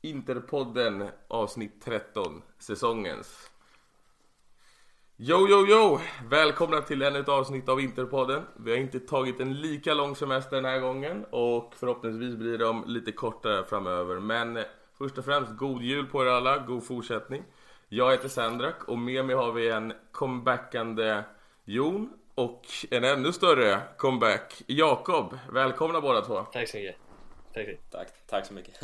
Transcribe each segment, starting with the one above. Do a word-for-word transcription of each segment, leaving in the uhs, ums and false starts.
Interpodden avsnitt tretton, säsongens. Jo, jo, jo! Välkomna till ännu ett avsnitt av Interpodden. Vi har inte tagit en lika lång semester den här gången och förhoppningsvis blir de lite kortare framöver. Men först och främst, god jul på er alla, god fortsättning. Jag heter Sandrak och med mig har vi en comebackande Jon och en ännu större comeback, Jakob. Välkomna båda två. Tack så mycket. Tack, tack, tack så mycket.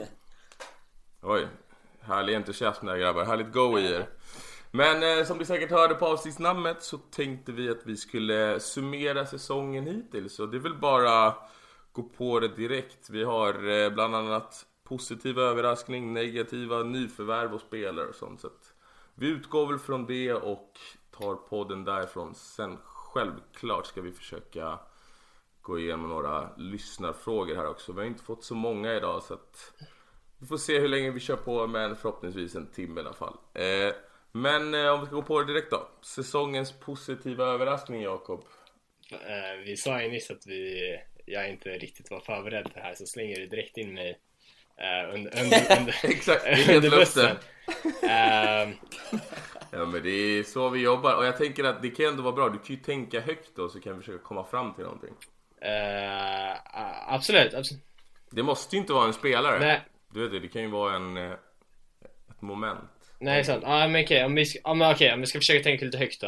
Oj, härlig entusiasm där grabbar, härligt go i er. Men eh, som vi säkert hörde på avsnittsnamnet så tänkte vi att vi skulle summera säsongen hittills. Så det är väl bara gå på det direkt. Vi har eh, bland annat positiv överraskning, negativa nyförvärv och spelare och sånt. Så att vi utgår väl från det och tar podden därifrån. Sen självklart ska vi försöka gå igenom några lyssnarfrågor här också. Vi har inte fått så många idag så att vi får se hur länge vi kör på, men förhoppningsvis en timme i alla fall. Eh, men eh, om vi ska gå på det direkt då. Säsongens positiva överraskning, Jakob. Eh, vi sa ju nyss att vi, jag inte riktigt var förberedd för det här, så slänger du direkt in mig eh, under, under, under, Exakt, under bussen. eh, ja, men det är så vi jobbar. Och jag tänker att det kan ändå vara bra. Du kan ju tänka högt då, så kan vi försöka komma fram till någonting. eh, absolut, absolut. Det måste ju inte vara en spelare. Nej. Du vet det, det kan ju vara en, ett moment. Nej, sant. Ja, men okej, om vi ska, ja, men okej, om vi ska försöka tänka lite högt då.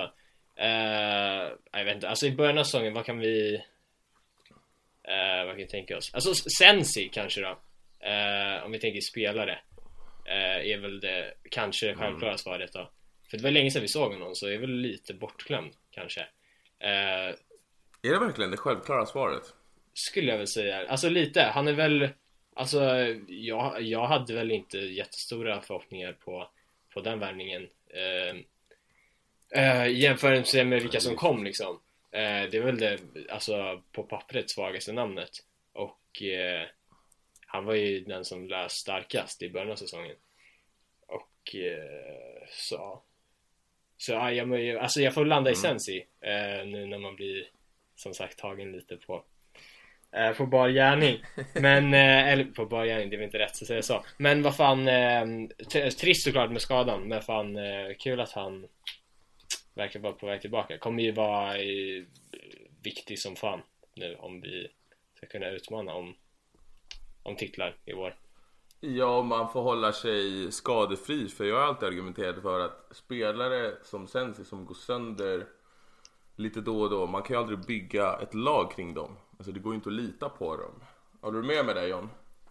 Uh, jag vet inte, alltså i början av säsongen, vad kan vi uh, vad kan vi tänka oss? Alltså Sensi kanske då. Uh, om vi tänker spelare. Uh, är väl det kanske det självklara mm. svaret då. För det var länge sedan vi såg någon, så är väl lite bortglömd kanske. Uh, är det verkligen det självklara svaret? Skulle jag väl säga. Alltså lite, han är väl, alltså jag, jag hade väl inte jättestora förhoppningar på på den värvningen uh, uh, jämfört med vilka som kom liksom. uh, det är väl det, alltså på pappret svagaste namnet. Och uh, han var ju den som lät starkast i början av säsongen. Och uh, så så ja, jag, alltså jag får landa i Sensi uh, nu när man blir som sagt tagen lite på Uh, på bar gärning. Men, uh, eller på bar gärning, det är väl inte rätt att säga så. Men vad fan, uh, t- trist såklart med skadan. Men fan, uh, kul att han verkar vara på väg tillbaka. Kommer ju vara uh, viktig som fan nu om vi ska kunna utmana om, om titlar i år. Ja, man får hålla sig skadefri. För jag har alltid argumenterat för att spelare som Sensi som går sönder lite då och då, man kan ju aldrig bygga ett lag kring dem. Alltså det går ju inte att lita på dem. Har du med med det, John?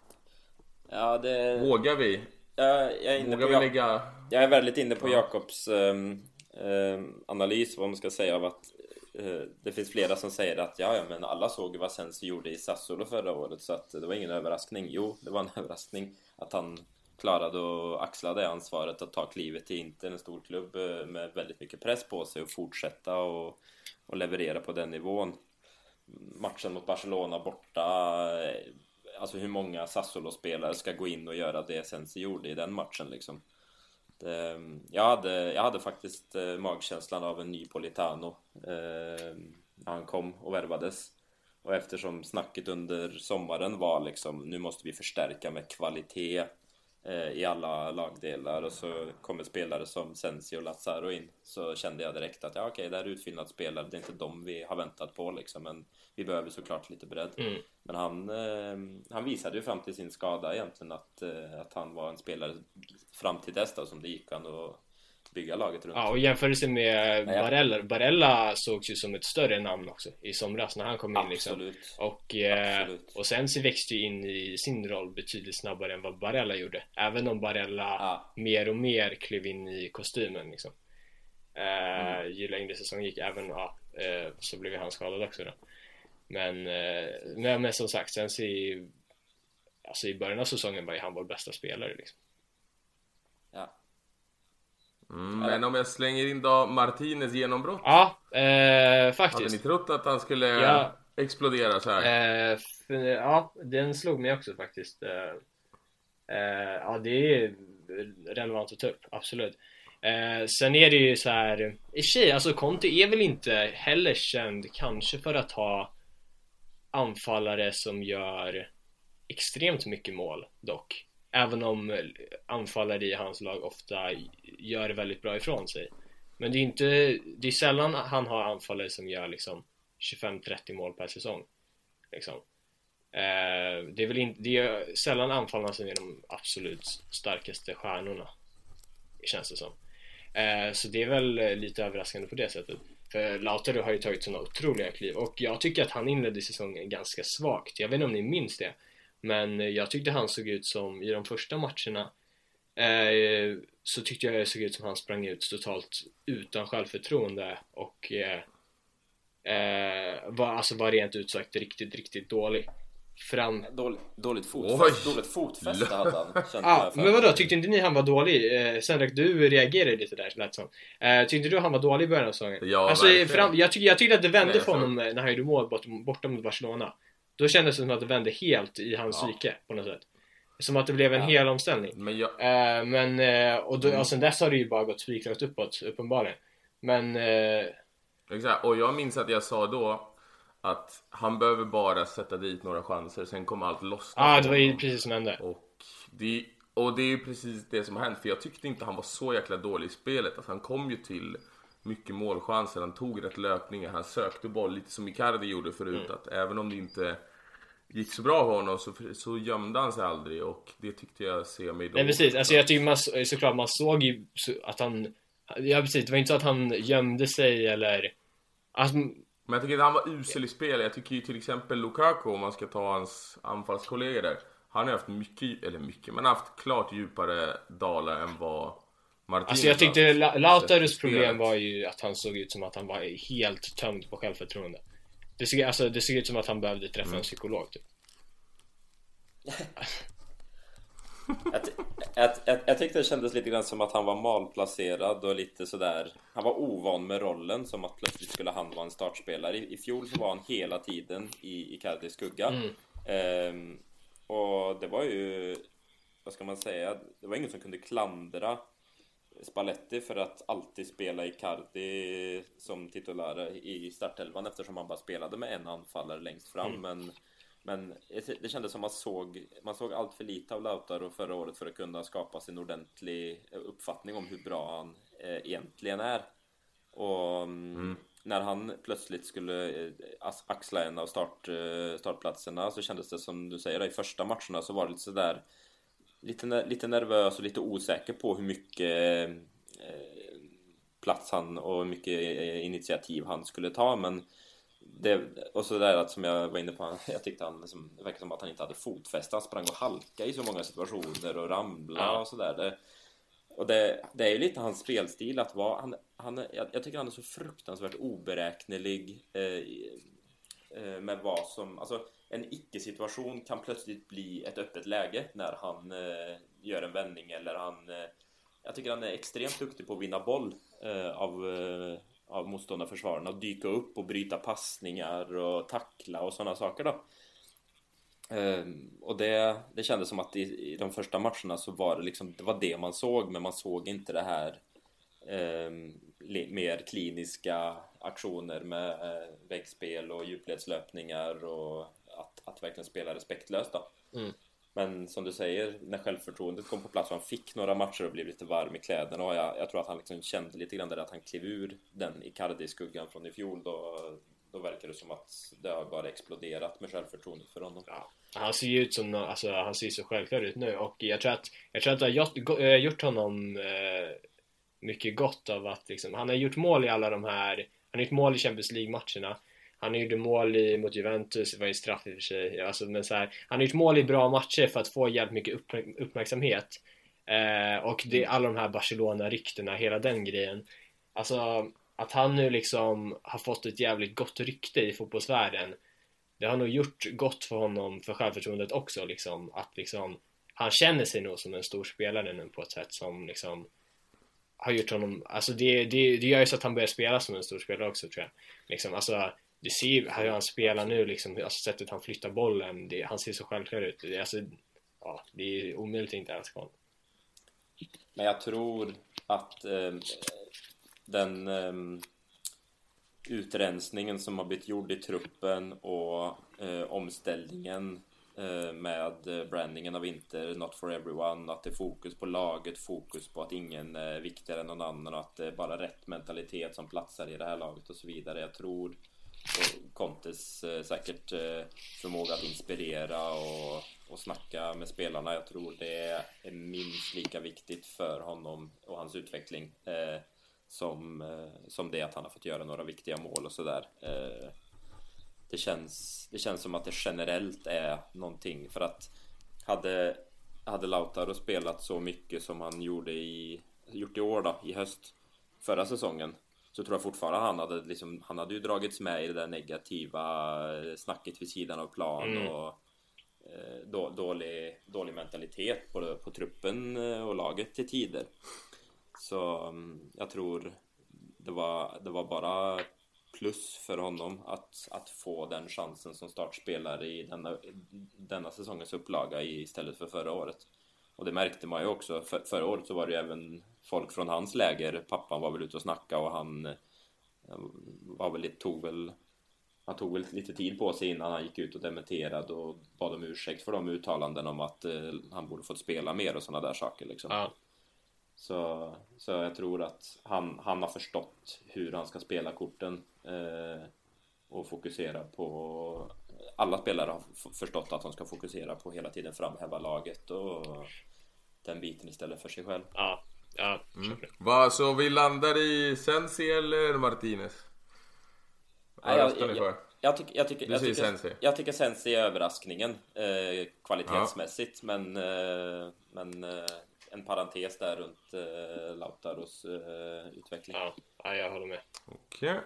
Ja, det... Vågar vi? Ja, jag är inne Vågar på vi lägga... Jag är väldigt inne på Jakobs um, um, analys, vad man ska säga, av att uh, det finns flera som säger att ja, ja, men alla såg vad Sensi gjorde i Sassuolo förra året, så att det var ingen överraskning. Jo, det var en överraskning att han klarade och axlade ansvaret att ta klivet till Inter, en stor klubb med väldigt mycket press på sig, och fortsätta och, och leverera på den nivån. Matchen mot Barcelona borta, alltså hur många Sassuolo-spelare ska gå in och göra det Sensi gjorde i den matchen liksom. Det, jag, hade, jag hade faktiskt eh, magkänslan av en ny Politano eh, när han kom och värvades. Och eftersom snacket under sommaren var liksom, nu måste vi förstärka med kvalitet i alla lagdelar, och så kommer spelare som Sensi och Lazaro in, så kände jag direkt att ja, okej, det här är utfyllnadsspelare, det är inte de vi har väntat på liksom, men vi behöver såklart lite bredd. Mm. Men han, eh, han visade ju fram till sin skada egentligen att, eh, att han var en spelare fram till dess då, som det gick an att bygga laget runt. Ja, och jämförelse med Barella. Barella sågs ju som ett större namn också i somras när han kom in. Absolut. Liksom. Och, eh, och sen så växte ju in i sin roll betydligt snabbare än vad Barella gjorde. Även om Barella ja. mer och mer klev in i kostymen liksom. eh, mm. Ju längre säsongen gick, även ja, eh, så blev han skadad också då. Men, eh, men, men som sagt, sen så i, alltså i början av säsongen var han vår bästa spelare liksom. Ja. Mm, men om jag slänger in då Martinez genombrott. Ja, eh, faktiskt. Hade ni trott att han skulle ja. explodera så här? Eh, för, ja, den slog mig också faktiskt. Eh, eh, ja, det är relevant att ta upp, absolut. Eh, sen är det ju så här, i sig, alltså Conte är väl inte heller känd kanske för att ha anfallare som gör extremt mycket mål dock. även om anfallare i hans lag ofta gör det väldigt bra ifrån sig. Men det är inte, det är sällan han har anfallare som gör liksom tjugofem till trettio mål per säsong liksom. eh, Det är väl inte, det är sällan anfallarna som är de absolut starkaste stjärnorna, känns det som. eh, Så det är väl lite överraskande på det sättet. För Lautaro har ju tagit sådana otroliga kliv. Och jag tycker att han inledde säsongen ganska svagt. Jag vet inte om ni minns det, men jag tyckte han såg ut som i de första matcherna eh, så tyckte jag det såg ut som han sprang ut totalt utan självförtroende. Och eh, eh, var, alltså var rent ut sagt riktigt, riktigt dålig. Fram... Dåligt, dåligt, fotfäste, dåligt fotfäste hade han. Ja, men vadå, tyckte inte ni han var dålig? Eh, Sendrak, du reagerade lite där, lät som. Eh, tyckte du han var dålig i början av säsongen? Ja, alltså, fram, jag, tyck, jag tyckte att det vände Nej, för honom när han gjorde mål bort, borta mot Barcelona. Då kändes det som att det vände helt i hans ja. psyke på något sätt. Som att det blev en ja. hel omställning. Men jag... eh, Men, eh, och, då, mm. och sen dess har det ju bara gått spikrakt uppåt, uppenbarligen. Men... Eh... Exakt, och jag minns att jag sa då att han behöver bara sätta dit några chanser, sen kommer allt lossna. Ja, ah, det var ju precis som hände. Och det, och det är ju precis det som har hänt. För jag tyckte inte han var så jäkla dålig i spelet. Alltså, han kom ju till mycket målchanser, han tog rätt löpningar, han sökte boll lite som Icardi gjorde förut. Mm. Att även om det inte gick så bra för honom så, så gömde han sig aldrig. Och det tyckte jag ser mig då. Nej, precis, alltså jag tycker man, såklart man såg ju att han... Ja, precis, det var inte så att han gömde sig eller... Alltså, men jag tycker att han var usel i spel. Jag tycker ju till exempel Lukaku, om man ska ta hans anfallskollegor där, han har haft mycket, eller mycket, men haft klart djupare dalar än vad Martinez. Alltså jag tyckte La- Lautaros problem var ju att han såg ut som att han var helt tömd på självförtroende. Det såg, alltså, det såg ut som att han behövde träffa mm. en psykolog typ. jag, jag, jag, jag tyckte det kändes lite grann som att han var malplacerad och lite sådär. Han var ovan med rollen, som att plötsligt skulle han vara en startspelare. I, i fjol så var han hela tiden i Icardis skugga. Mm. ehm, Och det var ju, vad ska man säga, det var ingen som kunde klandra Spalletti för att alltid spela Icardi som titulare i startelvan, eftersom han bara spelade med en anfallare längst fram. mm. Men Men det kändes som man såg man såg allt för lite av Lautaro förra året för att kunna skapa sin ordentlig uppfattning om hur bra han eh, egentligen är. Och mm. när han plötsligt skulle axla en av start, startplatserna så kändes det, som du säger, i första matcherna så var det lite sådär lite, lite nervös och lite osäker på hur mycket eh, plats han och hur mycket initiativ han skulle ta. Men det, och så där att, som jag var inne på, jag tyckte han liksom, det verkar som att han inte hade fotfäste. Han sprang och halka i så många situationer och ramla ja. och sådär. Det, och det, det är ju lite hans spelstil att vara, han, han, jag, jag tycker han är så fruktansvärt oberäknelig eh, eh, med vad som, alltså en icke-situation kan plötsligt bli ett öppet läge när han eh, gör en vändning eller han, eh, jag tycker han är extremt duktig på att vinna boll eh, av eh, av motståndarförsvararna, att dyka upp och bryta passningar och tackla och sådana saker då. Ehm, och det, det kändes som att i, i de första matcherna så var det liksom, det var det man såg, men man såg inte det här ehm, mer kliniska aktioner med eh, väggspel och djupledslöpningar och att, att verkligen spela respektlöst då. Mm. Men som du säger, när självförtroendet kom på plats och han fick några matcher och blev lite varm i kläderna, och jag, jag tror att han liksom kände lite grann där att han klev ur den Icardi-skuggan från i fjol, då, då verkar det som att det har bara exploderat med självförtroendet för honom. Ja, han ser ju ut som, alltså, han ser så självklar ut nu, och jag tror att, jag tror att det har gjort, gjort honom eh, mycket gott av att liksom, han har gjort mål i alla de här, han har gjort mål i Champions League-matcherna. Han gjorde mål i, mot Juventus, det var ju straff i och för sig. Alltså, men så här, han har gjort mål i bra matcher för att få jävligt mycket upp, uppmärksamhet. Eh, och det, alla de här Barcelona-ryktena, hela den grejen. Alltså, att han nu liksom har fått ett jävligt gott rykte i fotbollsvärlden, det har nog gjort gott för honom, för självförtroendet också. Liksom, att liksom, han känner sig nog som en stor spelare nu på ett sätt som liksom har gjort honom... Alltså det, det, det gör ju så att han börjar spela som en stor spelare också, tror jag. Liksom, alltså... Du ser hur han spelar nu liksom, alltså sättet han flyttar bollen, det, han ser så självklar ut. Det, alltså, ja, det är omöjligt att inte älska honom. Men jag tror att eh, den eh, utrensningen som har blivit gjord i truppen och eh, omställningen eh, med brandingen av Inter, not for everyone, att det är fokus på laget, fokus på att ingen är viktigare än någon annan och att det är bara rätt mentalitet som platsar i det här laget och så vidare. Jag tror och Contes eh, säkert eh, förmåga att inspirera och, och snacka med spelarna, jag tror det är minst lika viktigt för honom och hans utveckling eh, som, eh, som det att han har fått göra några viktiga mål och sådär. Eh, det, känns, det känns som att det generellt är någonting, för att hade, hade Lautaro spelat så mycket som han gjorde i, gjort i år då, i höst, förra säsongen, så tror jag fortfarande han hade liksom, han hade ju dragits med i det där negativa snacket vid sidan av plan mm. och eh, då, dålig, dålig mentalitet både på truppen och laget till tider. Så um, jag tror det var, det var bara plus för honom att, att få den chansen som startspelare i denna, denna säsongens upplaga istället för förra året. Och det märkte man ju också. För, förra året så var det ju även folk från hans läger. Pappan var väl ute och snacka och han var väl lite, tog väl han tog väl lite tid på sig innan han gick ut och dementerade och bad om ursäkt för de uttalanden om att eh, han borde fått spela mer och sådana där saker liksom. Ja. Så, så jag tror att han, han har förstått hur han ska spela korten eh, och fokusera på, alla spelare har f- förstått att de ska fokusera på hela tiden framhäva laget och den biten istället för sig själv. Ja, ja. Mm. Va, så vi landar i Sensi eller Martinez? Nej, jag, jag, jag, jag, tycker, jag, tycker, jag, tycker, Sensi. jag tycker Sensi är överraskningen eh, kvalitetsmässigt, ja. men, eh, men eh, en parentes där runt eh, Lautaros eh, utveckling. Ja, ja, jag håller med. Okej. Okay.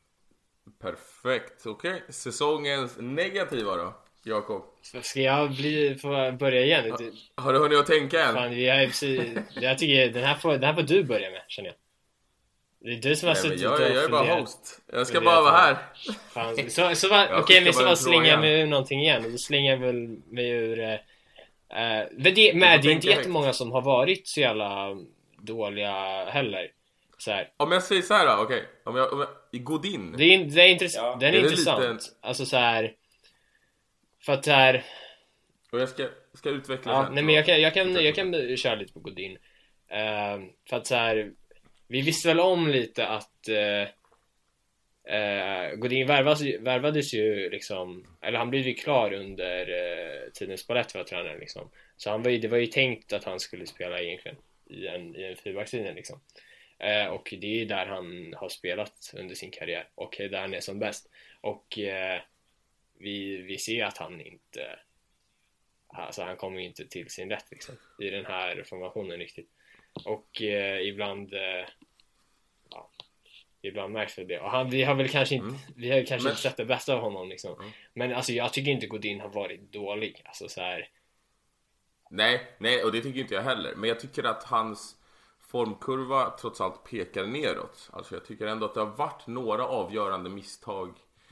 Perfekt. Okej. Okay. Säsongens negativa då, Jakob? Ska jag bli, få börja igen? Ha, har du hunnit att tänka än? Fan, vi är precis, jag tycker den här, får, den här får du börja med, känner jag. Det är du som har suttit jag, jag, jag är bara host. Jag ska bara vara här. Fan, så, så var, okej, okay, men så bara slänger jag mig ur någonting igen. Och då slänger jag väl mig ur... Uh, men det, men det är inte jättemånga som har varit så jävla dåliga heller. Så här. Om jag säger så här då, okej. Okay. Om jag, om jag, i Godin. Det är, det är, intress- ja. Den är, är intressant. Lite... Alltså så här... För att så här... Och jag ska, ska utveckla ja, sen. Nej, men jag kan, jag kan, jag kan, jag kan köra lite på Godin. Uh, för att så här... Vi visste väl om lite att uh, uh, Godin värvades, värvades ju liksom... Eller han blev ju klar under uh, tiden Spalletti var tränare liksom. Så han var ju, det var ju tänkt att han skulle spela egentligen i en, i en fyrbackslinje liksom. Uh, och det är ju där han har spelat under sin karriär. Och där han är som bäst. Och uh, vi, vi ser att han inte... Alltså han kommer ju inte till sin rätt liksom, i den här formationen riktigt. Och eh, ibland eh, ja, ibland märks det. Och han, vi har väl kanske inte mm. vi har kanske men... inte sett det bästa av honom liksom. Mm. Men alltså jag tycker inte Godin har varit dålig. Alltså så här. Nej, nej, och det tycker inte jag heller. Men jag tycker att hans formkurva trots allt pekar neråt. Alltså jag tycker ändå att det har varit några avgörande misstag.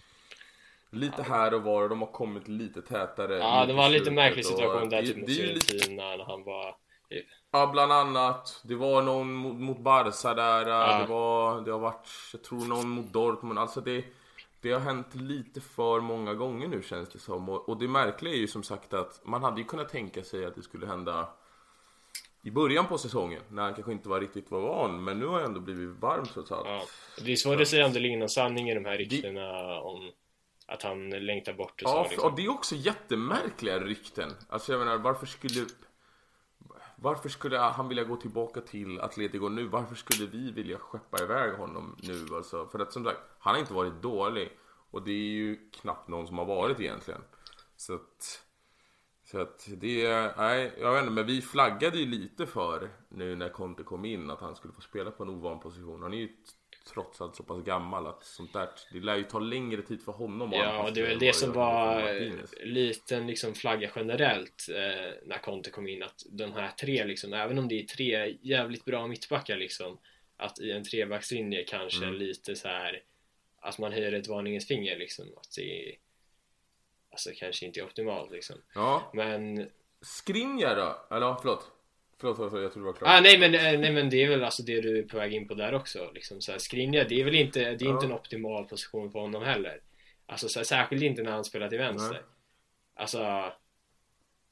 Lite ja. här och var, och de har kommit lite tätare. Ja, det var en lite märklig situation där det, typ mot Fiorentina lite... när han var... Ja, bland annat. Det var någon mot, mot Barca där. Ja. Det, var, det har varit, jag tror, någon mot Dortmund. Alltså det, det har hänt lite för många gånger nu, känns det som. Och, och det märkliga är ju som sagt att man hade ju kunnat tänka sig att det skulle hända i början på säsongen, när han kanske inte var riktigt var van. Men nu har jag ändå blivit varm så att säga. Ja. Det är svårt att säga om det ligger någon sanning i de här ryktena det... om att han längtar bort och så. Ja, liksom. Och det är också jättemärkliga rykten. Alltså jag menar, varför skulle... Varför skulle han vilja gå tillbaka till Atletico nu? Varför skulle vi vilja skeppa iväg honom nu? Alltså, för att som sagt, han har inte varit dålig. Och det är ju knappt någon som har varit egentligen. Så att, så att det är... Nej, jag vet inte, men vi flaggade ju lite för nu när Conte kom in att han skulle få spela på en ovan position. Han är ju trots allt så pass gammal att sånt där, det lär ju ta längre tid för honom. Ja, det är väl det som var liten liksom flagga generellt eh, när Conte kom in, att de här tre liksom, även om det är tre jävligt bra mittbackar liksom, att i en trebackslinje kanske mm. lite så här att man höjer ett varningens finger liksom, att det är, alltså kanske inte är optimalt liksom. Ja. Men Skriniar då? Eller förlåt. Förlåt, förlåt, jag tror det var klart. Ah, nej, men, nej men det är väl alltså det du är på väg in på där också liksom, så här, Skriniar, det är väl inte, det är ja. inte en optimal position för honom heller. Alltså så här, särskilt inte när han spelar till vänster. Nej. Alltså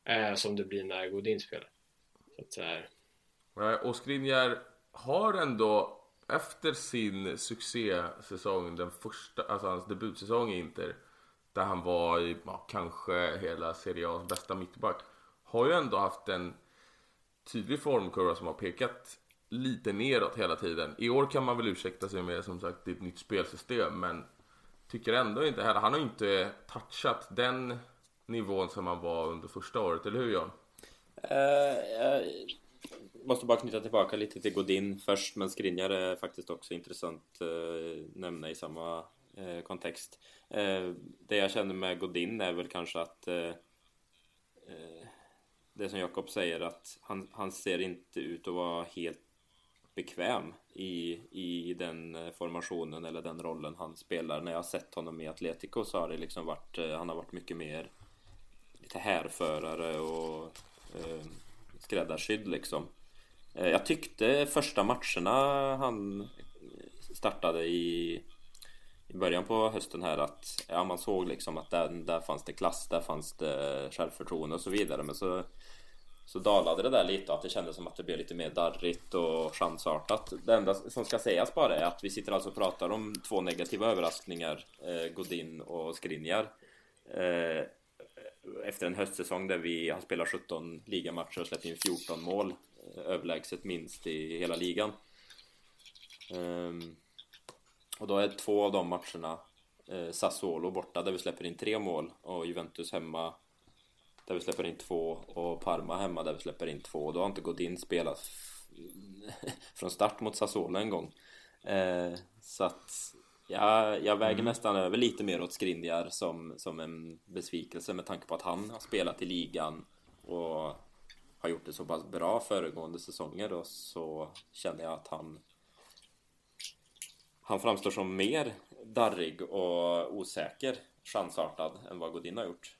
eh, som det blir när Godin spelar. Så att så här. Och Skriniar har ändå efter sin succésäsong, den första, alltså hans debutsäsong i Inter, där han var i ja, kanske hela Serie A's bästa mittback, har ju ändå haft en tydlig formkurva som har pekat lite neråt hela tiden. I år kan man väl ursäkta sig med, som sagt, det är ett nytt spelsystem, men tycker ändå inte heller, han har inte touchat den nivån som han var under första året, eller hur Jan? Uh, jag måste bara knyta tillbaka lite till Godin först, men Skriniar är faktiskt också intressant uh, nämna i samma uh, kontext. Uh, det jag känner med Godin är väl kanske att uh, uh, det som Jakob säger, att han, han ser inte ut att vara helt bekväm i, i den formationen eller den rollen han spelar. När jag har sett honom i Atletico så har det liksom varit, han har varit mycket mer lite härförare och eh, skräddarsydd liksom. Eh, jag tyckte första matcherna han startade i i början på hösten här att ja, man såg liksom att där, där fanns det klass, där fanns det självförtroende och så vidare, men så så dalade det där lite, att det kändes som att det blev lite mer darrigt och chansartat. Det enda som ska sägas bara är att vi sitter alltså och pratar om två negativa överraskningar, eh, Godin och Skriniar, eh, efter en höstsäsong där vi har spelat sjutton ligamatcher och släppt in fjorton mål, eh, överlägset minst i hela ligan. Um, och då är två av de matcherna eh, Sassuolo borta där vi släpper in tre mål, och Juventus hemma där vi släpper in två, och Parma hemma där vi släpper in två. Och då har inte Godin spelat f- från start mot Sassuolo en gång. Eh, så att ja, jag väger mm. nästan över lite mer åt Skriniar som, som en besvikelse, med tanke på att han har spelat i ligan och har gjort det så pass bra föregående säsonger. Och så känner jag att han han framstår som mer darrig och osäker, chansartad än vad Godin har gjort.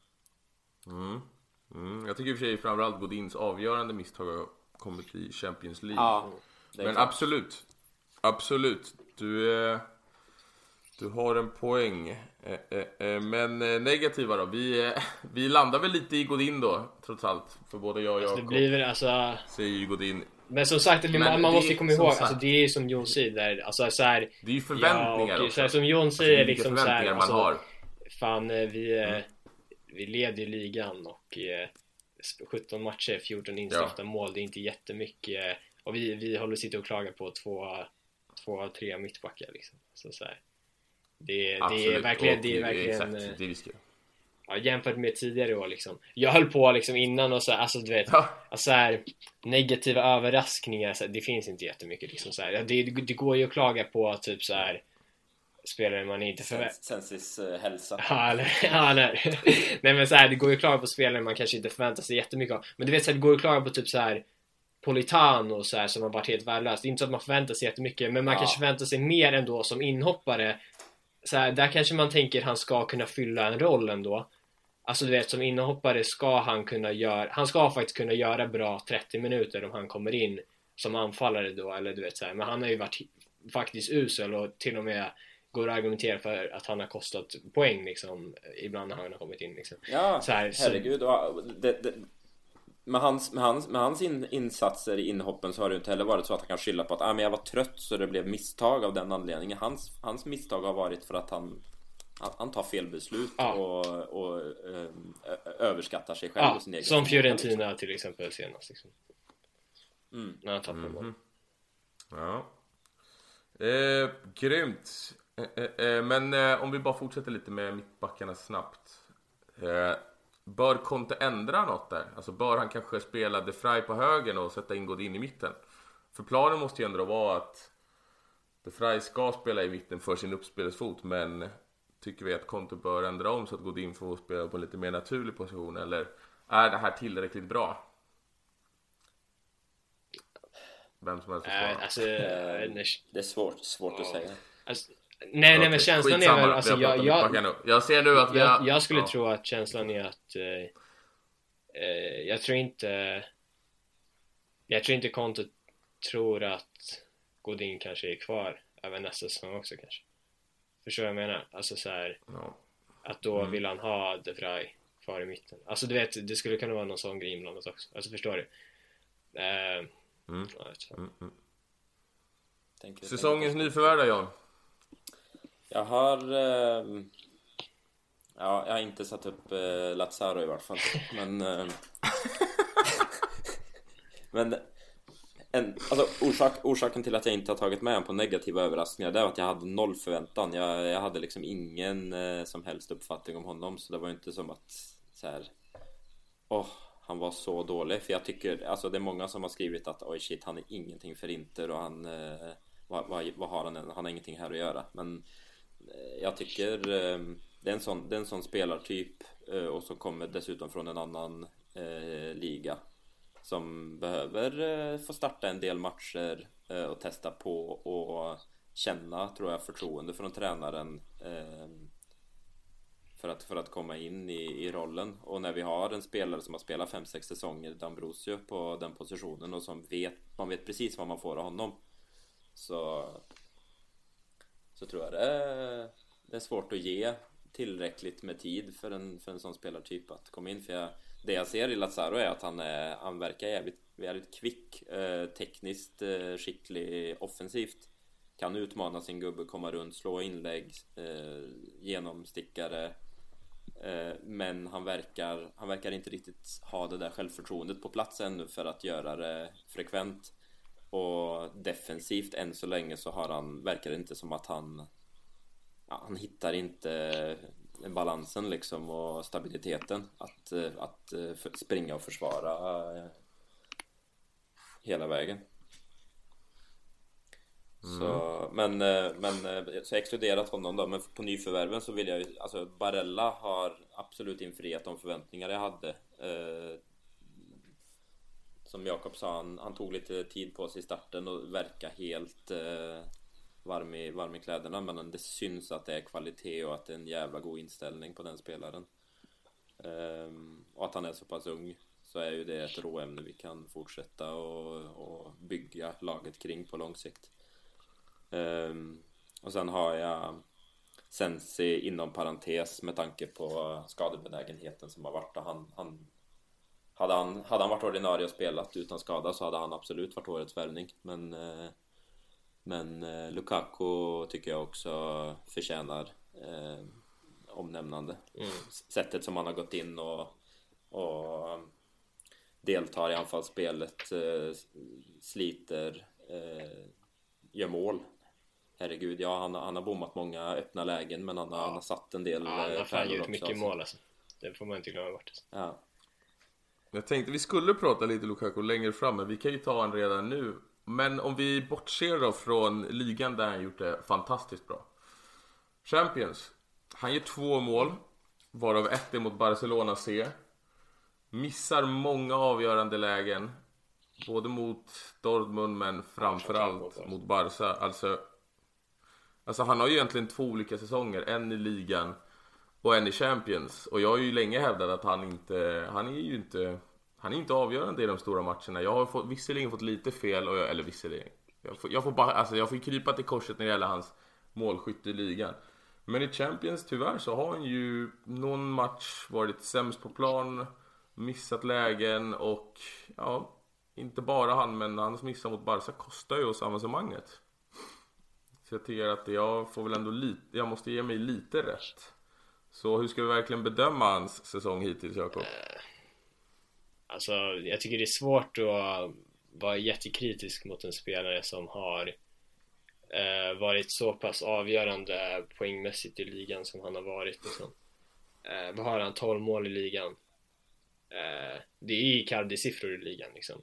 Mm. Mm. Jag tycker i och för sig framförallt Godins avgörande misstag har kommit i Champions League. Ja, men klart. absolut, absolut, du, eh, du har en poäng. eh, eh, eh, Men eh, negativa då, vi, eh, vi landar väl lite i Godin då, trots allt. För både jag och Alltså, Jakob det blir väl alltså... säger ju Godin. Men som sagt, det, man, man det, måste ju komma ihåg, sagt, alltså, det är ju som Jon säger, alltså så här, det är ju förväntningar ja, och, också. så här, som Jon säger, alltså, liksom så här, man alltså, har. fan, eh, vi, eh, Mm. vi leder ju ligan och eh, sjutton matcher, fjorton insläppta Ja. mål, det är inte jättemycket, eh, och vi, vi håller sitta och klaga på två, två av tre mittbackar liksom. Så, så här, det, det är verkligen, det är verkligen exakt, det är riskigt. Ja, jämfört med tidigare år liksom. Jag höll på liksom innan och så här, alltså du vet, Ja. alltså här, negativa överraskningar så här, det finns inte jättemycket liksom så här. Ja, det, det går ju att klaga på typ så här spelare man inte förväntar Sens- Sensis uh, hälsa. Ja, eller, ja, eller. Nej men så här, det går ju att klaga på spelare man kanske inte förväntar sig jättemycket av. Men du vet så här, det går ju att klaga på typ så här Politano så här, som har varit helt värdelös. Det är inte så att man förväntar sig jättemycket, men man Ja. kanske förväntar sig mer ändå som inhoppare. Så här, där kanske man tänker han ska kunna fylla en roll ändå. Alltså du vet, som inhoppare ska han kunna göra, han ska faktiskt kunna göra bra trettio minuter om han kommer in som anfallare då, eller du vet så här. Men han har ju varit faktiskt usel och till och med går att argumentera för att han har kostat poäng liksom, ibland när han har kommit in liksom. Ja, så här, herregud. Och det, det, med hans, med hans, med hans in, insatser i inhoppen så har det inte heller varit så att han kan skylla på att ah, men jag var trött så det blev misstag av den anledningen. Hans, hans misstag har varit för att han Han, han tar fel beslut ja. och, och ö, ö, överskattar sig själv ja, och sin egen som Fiorentina liksom. till exempel senast liksom. mm. När han tappar mål. Mm-hmm. Ja. Eh, grymt. Eh, eh, men eh, om vi bara fortsätter lite med mittbackarna snabbt. Eh, bör Conte ändra något där? Alltså bör han kanske spela De Vrij på högen och sätta in Godin i mitten? För planen måste ju ändå vara att De Vrij ska spela i mitten för sin uppspelsfot, men tycker vi att Conte bör ändra om så att Godin får spela på en lite mer naturlig position, eller är det här tillräckligt bra? Vem som helst får svara. Äh, alltså, äh, det är svårt, svårt ja. att säga. Alltså, nej, nej, men känslan är väl alltså, jag, jag, jag ser nu att vi jag, har, jag skulle ja. tro att känslan är att eh, eh, jag tror inte jag tror inte Conte tror att Godin kanske är kvar över nästa säsong också kanske. Förstår jag menar? Alltså så här, ja. att då mm. vill han ha De Vrij kvar i mitten. Alltså du vet, det skulle kunna vara någon sån grej inblandat också. Alltså förstår du? Eh, mm. ja, jag mm, mm. Tänker, Säsongens nyförvärv, Jan? Jag har eh, ja, jag har inte satt upp eh, Lazaro i vart fall. Men eh, men en, alltså, orsak, orsaken till att jag inte har tagit med honom på negativa överraskningar, det är att jag hade noll förväntan. Jag, jag hade liksom ingen eh, som helst uppfattning om honom. Så det var inte som att så här, åh, han var så dålig. För jag tycker, alltså det är många som har skrivit att oj shit, han är ingenting för Inter. Och han, eh, vad, vad, vad har han? Han har ingenting här att göra. Men eh, jag tycker eh, det, är en sån, det är en sån spelartyp eh, och som kommer dessutom från en annan eh, liga, som behöver eh, få starta en del matcher eh, och testa på och känna, tror jag, förtroende från tränaren eh, för att, för att komma in i, i rollen. Och när vi har en spelare som har spelat fem sex säsonger, D'Ambrosio, på den positionen, och som vet, man vet precis vad man får av honom, så så tror jag det är, det är svårt att ge tillräckligt med tid för en, för en sån spelartyp att komma in. För jag, det jag ser i Lazaro är att han, är, han verkar jävligt, jävligt kvick, eh, tekniskt eh, skicklig, offensivt, kan utmana sin gubbe, komma runt, slå inlägg, eh, genomstickare, eh, men han verkar, han verkar inte riktigt ha det där självförtroendet på plats ännu för att göra det frekvent. Och defensivt än så länge så har han, verkar det inte som att han ja, han hittar inte balansen liksom och stabiliteten att, att springa och försvara hela vägen. Mm. Så, men, men så exkluderat honom då, men på nyförvärven så vill jag ju, alltså Barella har absolut infriat de förväntningar jag hade. Eh, som Jakob sa, han, han tog lite tid på sig i starten och verkar helt eh, varm, i, varm i kläderna, men det syns att det är kvalitet och att det är en jävla god inställning på den spelaren. Eh, och att han är så pass ung, så är ju det ett råämne vi kan fortsätta och, och bygga laget kring på lång sikt. Um, och sen har jag Sensi inom parentes med tanke på skadebenägenheten som har varit. Han, han, hade, han, hade han varit ordinarie och spelat utan skada så hade han absolut varit årets värvning. Men, uh, men uh, Lukaku tycker jag också förtjänar uh, omnämnande. Mm. Sättet som han har gått in och, och um, deltar i anfallsspelet, uh, sliter, uh, gör mål. Herregud, ja, han, han har bommat många öppna lägen, men han, ja. han har satt en del. Ja, han har fan gjort mycket alltså. mål alltså. Det får man inte glömma bort. Ja. Jag tänkte vi skulle prata lite Lukaku längre fram, men vi kan ju ta han redan nu. Men om vi bortser då från ligan där han gjort det fantastiskt bra. Champions, han gör två mål, varav ett är mot Barcelona C. Missar många avgörande lägen, både mot Dortmund men framförallt mot Barca. Alltså, alltså han har ju egentligen två olika säsonger, en i ligan och en i Champions. Och jag har ju länge hävdat att han inte, han är ju inte, han är inte avgörande i de stora matcherna. Jag har fått, visserligen fått lite fel, och jag, eller visserligen, jag får, jag får bara, alltså jag får krypa till korset när det gäller hans målskytte i ligan. Men i Champions tyvärr så har han ju någon match varit sämst på plan, missat lägen och ja, inte bara han, men hans missar mot Barca kostar ju oss avancemanget. Så jag tycker att jag får väl ändå lite, jag måste ge mig lite rätt. Så hur ska vi verkligen bedöma hans säsong hittills, Jakob? Alltså, jag tycker det är svårt att vara jättekritisk mot en spelare som har eh, varit så pass avgörande poängmässigt i ligan som han har varit liksom. eh, Vad har han? tolv mål i ligan. eh, Det är Icardi-siffror i ligan liksom.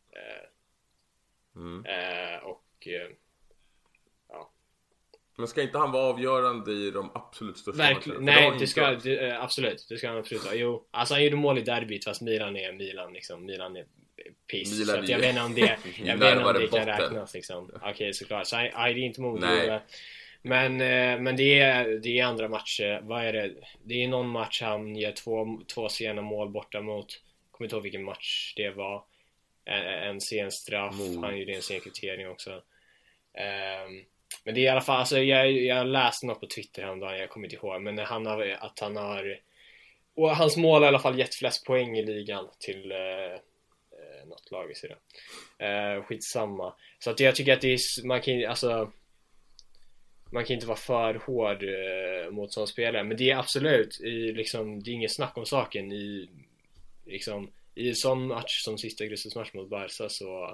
Mm. Eh, och eh, ja. Men ska inte han vara avgörande i de absolut största Verkligen, matcherna? nej, det ska, det, absolut, det ska han absolut vara. Jo, alltså han gjorde mål i derbyt, fast Milan är Milan liksom. Milan är piss, Milan så att jag vet inte om det, jag vet inte om det kan räknas liksom. Okej, okay, såklart, så han är inte emot det. Men, men det är, det är andra matcher. Vad är det? Det är någon match han gör två, två sena mål borta mot, kommer inte ihåg vilken match det var. En, en sen straff, mm. han gjorde en sen kvittering också. Um, men det är i alla fall, alltså jag, jag läste något på Twitter häromdagen, jag kommer inte ihåg, men han har, att han har och hans mål har i alla fall gett flest poäng i ligan till eh, något lag i Syden. Eh, skitsamma. Så att jag tycker att det är, man kan alltså man kan inte vara för hård eh, mot sån spelare, men det är absolut i, liksom, det är inget snack om saken i liksom, i en sån match som sista gruppspelsmatch mot Barca så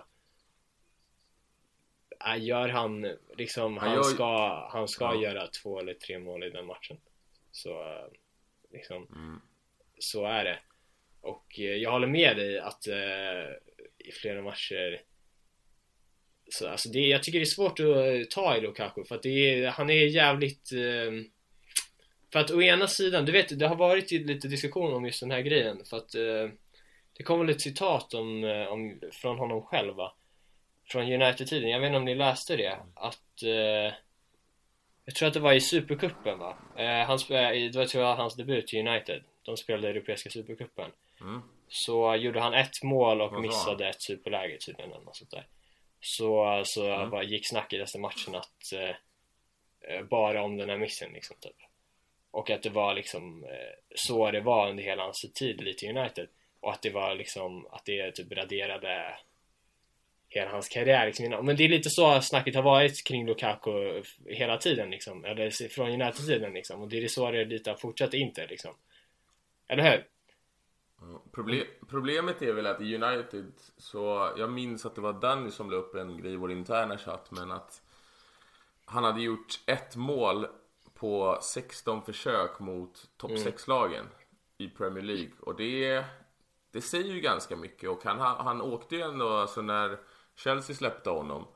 äh, gör han liksom, han, han gör... ska han ska ja. göra två eller tre mål i den matchen. Så äh, liksom mm. så är det. Och eh, jag håller med dig att eh, i flera matcher så, alltså det, jag tycker det är svårt att ta i Lukaku för att det är, han är jävligt eh, för att å ena sidan, du vet, det har varit lite diskussion om just den här grejen för att eh, det kommer lite citat om, om, från honom själv va? Från United-tiden, jag vet inte om ni läste det att eh, jag tror att det var i Supercupen va? Eh, han spelade, det var tror jag hans debut i United, de spelade Europeiska Supercupen. Mm. Så gjorde han ett mål och missade ett superläge tydligen eller något sånt där. Så, så mm. bara gick snacket efter matchen att eh, bara om den här missen liksom typ. Och att det var liksom eh, så det var under hela hans tid lite i United. Och att det var liksom att det typ raderade hela hans karriär liksom. Men det är lite så snacket har varit kring Lukaku hela tiden liksom. Eller från United-tiden liksom. Och det är så det lite har fortsatt inte liksom. Eller hur? Problem, problemet är väl att i United så jag minns att det var Danny som la upp en grej i vår interna chatt, men att han hade gjort ett mål på sexton försök mot topp mm. sex-lagen i Premier League, och det, det säger ju ganska mycket. Och han, han åkte ju ändå, alltså när Chelsea släppte honom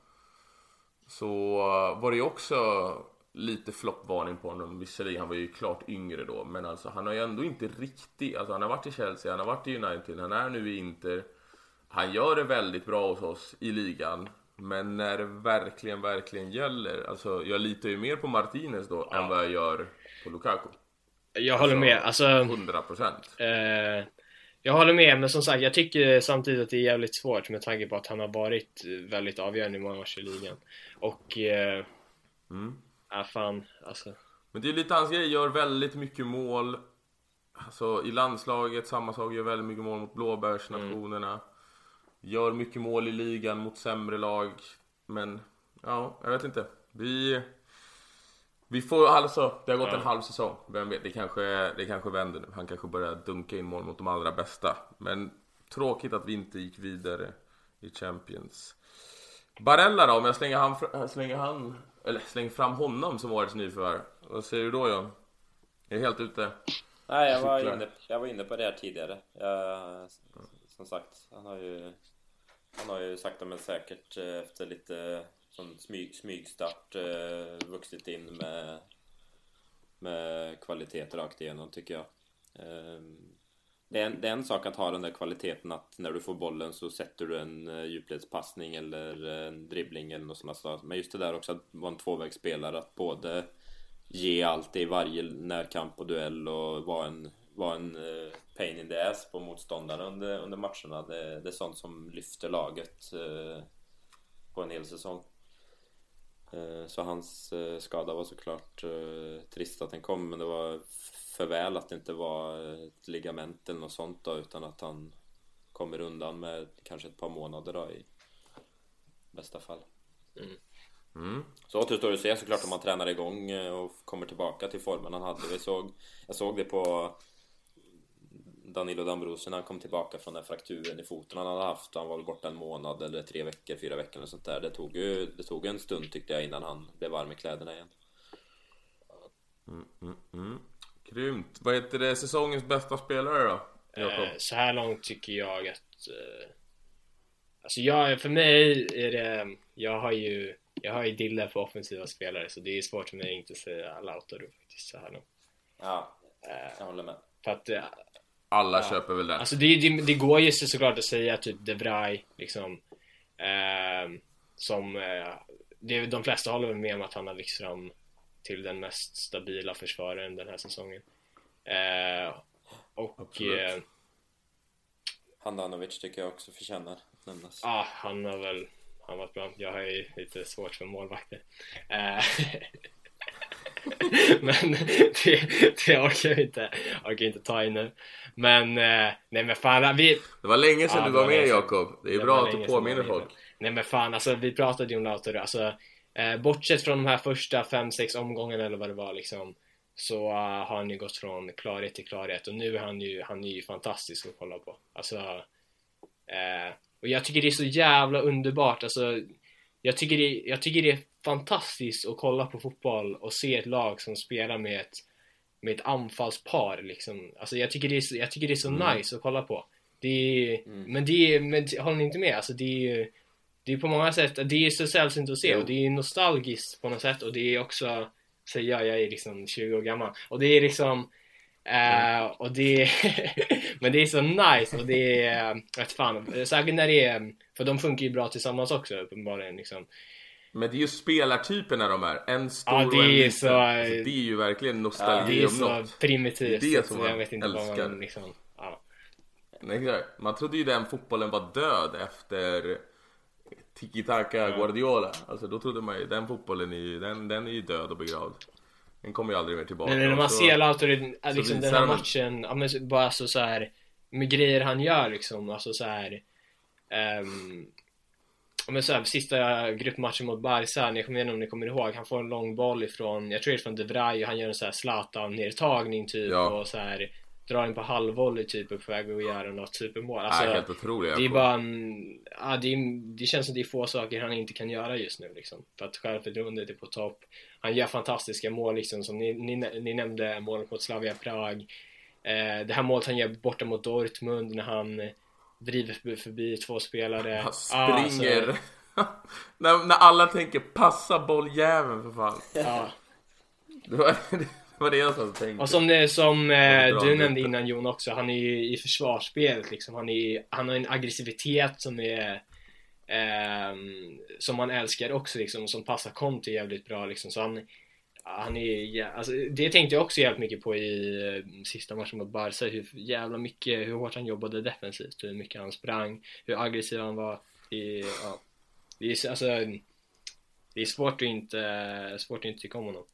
så var det ju också lite floppvarning på honom. Visserligen, han var ju klart yngre då, men alltså han har ju ändå inte riktigt, alltså han har varit i Chelsea, han har varit i United, han är nu i Inter. Han gör det väldigt bra hos oss i ligan, men när det verkligen, verkligen gäller, alltså jag litar ju mer på Martinez då ja. än vad jag gör på Lukaku. Jag håller med, alltså hundra procent. Eh, jag håller med, men som sagt, jag tycker samtidigt att det är jävligt svårt med tanke på att han har varit väldigt avgörande i många matcher i ligan. Och eh, mm. Ja, fan, alltså. Men det är lite hans grej, gör väldigt mycket mål. Alltså i landslaget, samma sak, gör väldigt mycket mål mot blåbärsnationerna. Mm. Gör mycket mål i ligan mot sämre lag. Men, ja, jag vet inte. Vi Vi får alltså, det har gått ja. en halv säsong. Vem vet, det kanske, det kanske vänder nu. Han kanske börjar dunka in mål mot de allra bästa. Men tråkigt att vi inte gick vidare i Champions. Barella då, om jag slänger han, slänger han eller slänger fram honom som årets nyförvärv. Vad säger du då, John? Är helt ute? Nej, jag var, inne, jag var inne på det här tidigare. Jag, som sagt, han har ju han har ju sakta men säkert efter lite sån smyg, smygstart vuxit in med med kvalitet rakt igenom, tycker jag. Det är, en, det är en sak att ha den där kvaliteten att när du får bollen så sätter du en uh, djupledspassning eller en dribbling eller något sånt. Men just det där också att vara en tvåvägsspelare, att både ge allt i varje närkamp och duell och vara en, vara en uh, pain in the ass på motståndaren under, under matcherna. Det, det är sånt som lyfter laget uh, på en hel säsong. Uh, så hans uh, skada var såklart uh, trist att den kom, men det var för väl att det inte var ett ligament eller något sånt då, utan att han kommer undan med kanske ett par månader då, i bästa fall. Mm. Mm. Så återstår det att se såklart om han tränar igång och kommer tillbaka till formen han hade. Vi såg, jag såg det på Danilo D'Ambrosio när han kom tillbaka från den frakturen i foten han hade haft. Han var väl borta en månad eller tre veckor, fyra veckor eller sånt där. Det tog ju det tog en stund, tyckte jag, innan han blev varm i kläderna igen. Mm, mm, mm. Grymt. Vad heter det, säsongens bästa spelare då? Eh, så här långt tycker jag att eh, alltså jag, för mig är det, jag har ju jag har ju dilla på offensiva spelare, så det är svårt för mig att inte säga Lautaro faktiskt så här långt. Ja, jag håller med. För att eh, alla ja, köper väl det. Alltså det, det, det går ju såklart att säga typ De Vrij liksom eh, som eh, det, de flesta håller väl med om att han har växt fram till den mest stabila försvararen den här säsongen. Eh, och eh, Handanovic tycker jag också förtjänar att nämnas. Ja, ah, han har väl han varit bra. Jag har ju lite svårt för målvakter. Eh, Men det, det orkar jag inte orkar inte ta in nu. Men eh, nej men fan vi... Det var länge sedan ja, du var med, sedan. Jakob. Det är det bra att du påminner folk. Nej men fan, alltså vi pratade ju om Lautaro. Alltså eh, bortsett från de här första fem sex omgångarna eller vad det var liksom, så uh, har han ju gått från klarhet till klarhet. Och nu är han ju, han är ju fantastisk att kolla på. Alltså eh, och jag tycker det är så jävla underbart. Alltså jag tycker det, jag tycker det är fantastiskt att kolla på fotboll och se ett lag som spelar med ett med ett anfallspar liksom. Alltså jag tycker det är så, jag tycker det är så mm. nice att kolla på. Det är, mm. men det är, men håller ni inte med? Alltså det är det är på många sätt, det är så sällsynt att se, och det är nostalgiskt på något sätt, och det är också, så jag, jag är liksom tjugo år gammal, och det är liksom mm. uh, och det är men det är så nice, och det är rätt fan, säkert när det är, för de funkar ju bra tillsammans också uppenbarligen liksom. Men det är ju spelartyperna de är. En stor ja, det och en är så, alltså, det är ju verkligen nostalgi. ja, det är om så något. primitivt. Det är som så jag vet inte älskar. vad man liksom, ja. Nej, man trodde ju den fotbollen var död efter Tiki-Taka mm. Guardiola. Alltså då trodde man ju den fotbollen är ju, den, den är ju död och begravd. Den kommer ju aldrig mer tillbaka. Men när man så, ser Lautaro liksom den här man... matchen, ja, men bara så, så här med grejer han gör liksom, alltså så här um, men så här, sista gruppmatchen mot Barca, ni kommer igenom, ni kommer ihåg, han får en lång boll ifrån, jag tror det är från De Vrij, och han gör en så här Zlatan-nedtagning typ, ja. Och så här drar in på halvvolley typ och på väg att göra något supermål. Alltså, ja, helt otroligt. Det är bara en, ja, det, är, det känns som det är få saker han inte kan göra just nu liksom, för att självförtroendet är på topp. Han gör fantastiska mål liksom, som ni, ni, ni nämnde målet mot Slavia Prag, eh, det här målet han gör borta mot Dortmund när han driver förbi två spelare. Han springer. Ah, alltså. när, när alla tänker passa bolljäveln för fan. Ja. Det var det, var det jag som tänkte. Och som, det, som eh, du nämnde innan, Jon, också, han är ju i försvarsspelet liksom. Han, är, han har en aggressivitet som är eh, som man älskar också liksom, som passar Conte jävligt bra liksom. Så han Han är, alltså, det tänkte jag också jävligt mycket på i uh, sista matchen mot Barca, hur jävla mycket, hur hårt han jobbade defensivt, hur mycket han sprang, hur aggressiv han var i, ja. Det är, alltså, det är svårt att inte svårt att inte tycka om honom.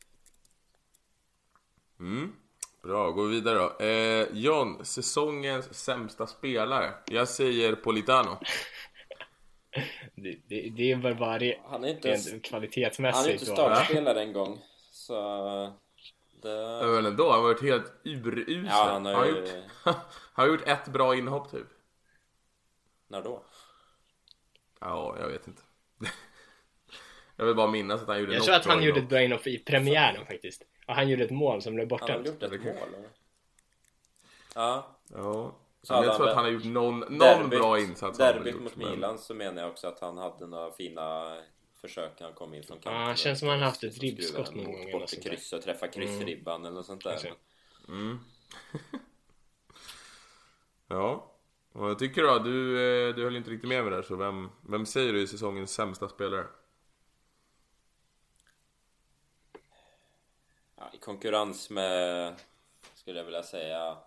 Mm. Bra, går vi vidare då. eh, John, säsongens sämsta spelare. Jag säger Politano. det, det, det är väl bara det, han är inte kvalitetsmässigt. Han är inte startspelare en gång. Så det... Men ändå, han har varit helt urusel. Ja, han, har ju... han, har gjort, han har gjort ett bra inhopp typ. När då? Ja, jag vet inte. Jag vill bara minnas att han gjorde jag något tror att han bra gjorde inhopp. ett bra inhopp i premiären faktiskt. Och han gjorde ett mål som blev borta. Han har gjort ett mål eller? Ja. Ja. Så jag tror att han har gjort någon, någon derbyt, bra insats. Derbyt mot men... Milan, så menar jag också att han hade några fina försök. Han kom in från kanten. Ja, känns som han haft ett ribbskott någon gång. Bort till kryss och träffa kryssribban mm. eller något sånt där. Mm. Ja. Och jag tycker då, du, du höll inte riktigt med mig där. Så vem, vem säger du är säsongens sämsta spelare? Ja, i konkurrens med, skulle jag vilja säga,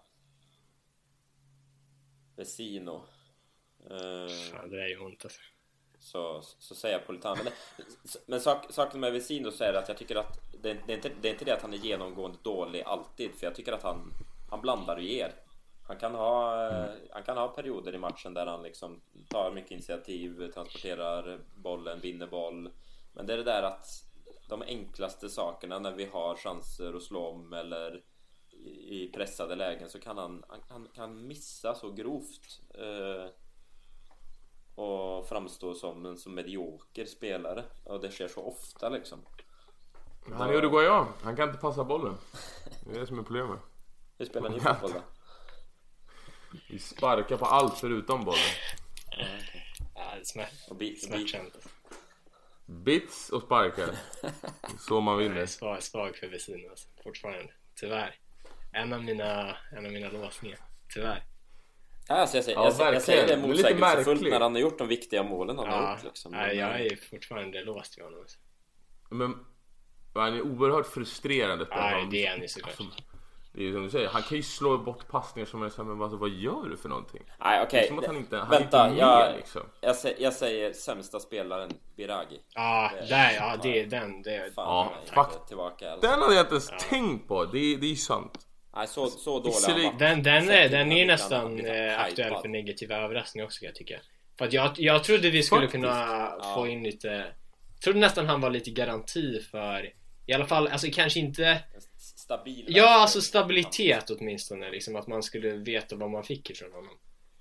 Vecino. Ja, det är ju ont alltså. Så, så säger jag Politano. Men, men sak, saken med Vecino så är att jag tycker att det, det, är inte, det är inte det att han är genomgående dålig alltid. För jag tycker att han, han blandar och ger. Han kan, ha, mm. han kan ha perioder i matchen där han liksom tar mycket initiativ, transporterar bollen, vinner boll. Men det är det där att de enklaste sakerna när vi har chanser att slå om eller i pressade lägen, så kan han, han, han kan missa så grovt eh, och framstå som en så medioker spelare, och det sker så ofta liksom. Han är Uruguayan, han kan inte passa bollen. Det är det som är problemet. Hur spelar ni fotboll då? Vi sparkar på allt förutom bollen. Ja, det är smärtsamt. Bits och sparkar. Så man vinner. Jag är svag, svag för Vecino alltså, fortfarande. Tyvärr. En av mina, en av mina låsningar. Tyvärr. Alltså jag, säger, ja, jag, jag säger det motsägelsefullt när han har gjort de viktiga målen han ja, har gjort liksom. Nej, jag är fortfarande låst i honom. Men han är oerhört frustrerande. Nej, det är han ju såklart. Alltså, Det är ju som du säger, han kan ju slå bort passningar som är så här, men alltså, vad gör du för någonting? Nej, okej. Okay. Han inte, han Vänta, är inte jag, med, liksom. jag, jag säger sämsta spelaren, Biragi. Ah, det, där, ja, det är den. Det är, fan, ja, fuck. Tillbaka, alltså. Den hade jag inte ens ja. tänkt på, det, det är ju sant. Nej, så, så dålig Visserligen- han var. Den, den, är, den är Han nästan blir så eh, hypad. aktuell för negativa överraskningar också, kan jag tycka. För att jag, jag trodde vi skulle Faktiskt. kunna Ja. få in lite... Jag trodde nästan han var lite garanti för... I alla fall, alltså kanske inte... Stabil. Ja, alltså stabilitet åtminstone. Liksom, att man skulle veta vad man fick ifrån honom.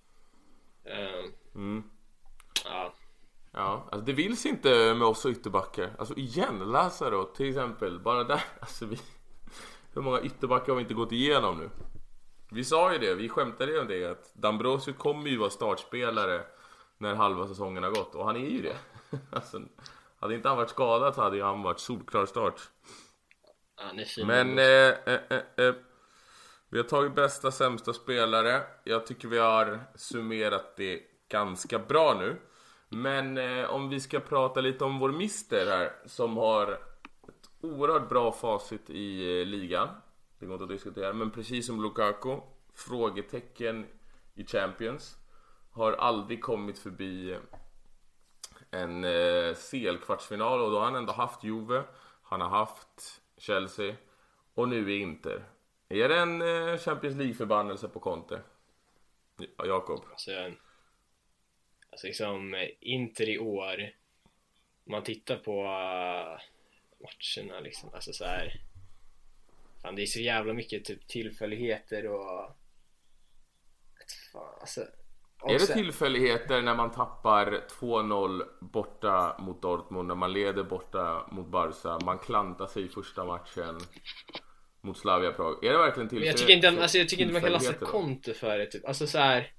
Um, Mm. ja. Ja, alltså det vill sig inte med oss ytterbackar. Alltså igen, Lazaro till exempel. Bara där, alltså vi... Hur många ytterbackar har vi inte gått igenom nu? Vi sa ju det, vi skämtade ju om det, att D'Ambrosio kommer ju vara startspelare när halva säsongen har gått. Och han är ju det. Alltså, hade inte han varit skadad så hade ju han varit solklar start. Han är fin. Men eh, eh, eh, eh, vi har tagit bästa, sämsta spelare. Jag tycker vi har summerat det ganska bra nu. Men eh, om vi ska prata lite om vår mister här, som har ett oerhört bra facit i eh, ligan. Det går inte att diskutera. Men precis som Lukaku, frågetecken i Champions, har aldrig kommit förbi en eh, C L-kvartsfinal. Och då har han ändå haft Juve, han har haft Chelsea och nu är Inter. Är det en eh, Champions League-förbannelse på Conte? Ja, Jakob. Alltså, alltså liksom eh, Inter i år. Om man tittar på uh, matcherna liksom, alltså så här. Fan, det är så jävla mycket typ tillfälligheter och fan, alltså, och Är det sen- tillfälligheter när man tappar två noll borta mot Dortmund, när man leder borta mot Barca, man klantar sig i första matchen mot Slavia Prag? Är det verkligen Men tillfälligheter? jag tycker inte, alltså, jag tycker inte man kan lasta tillfälligheter då? Conte för det typ. Alltså så här.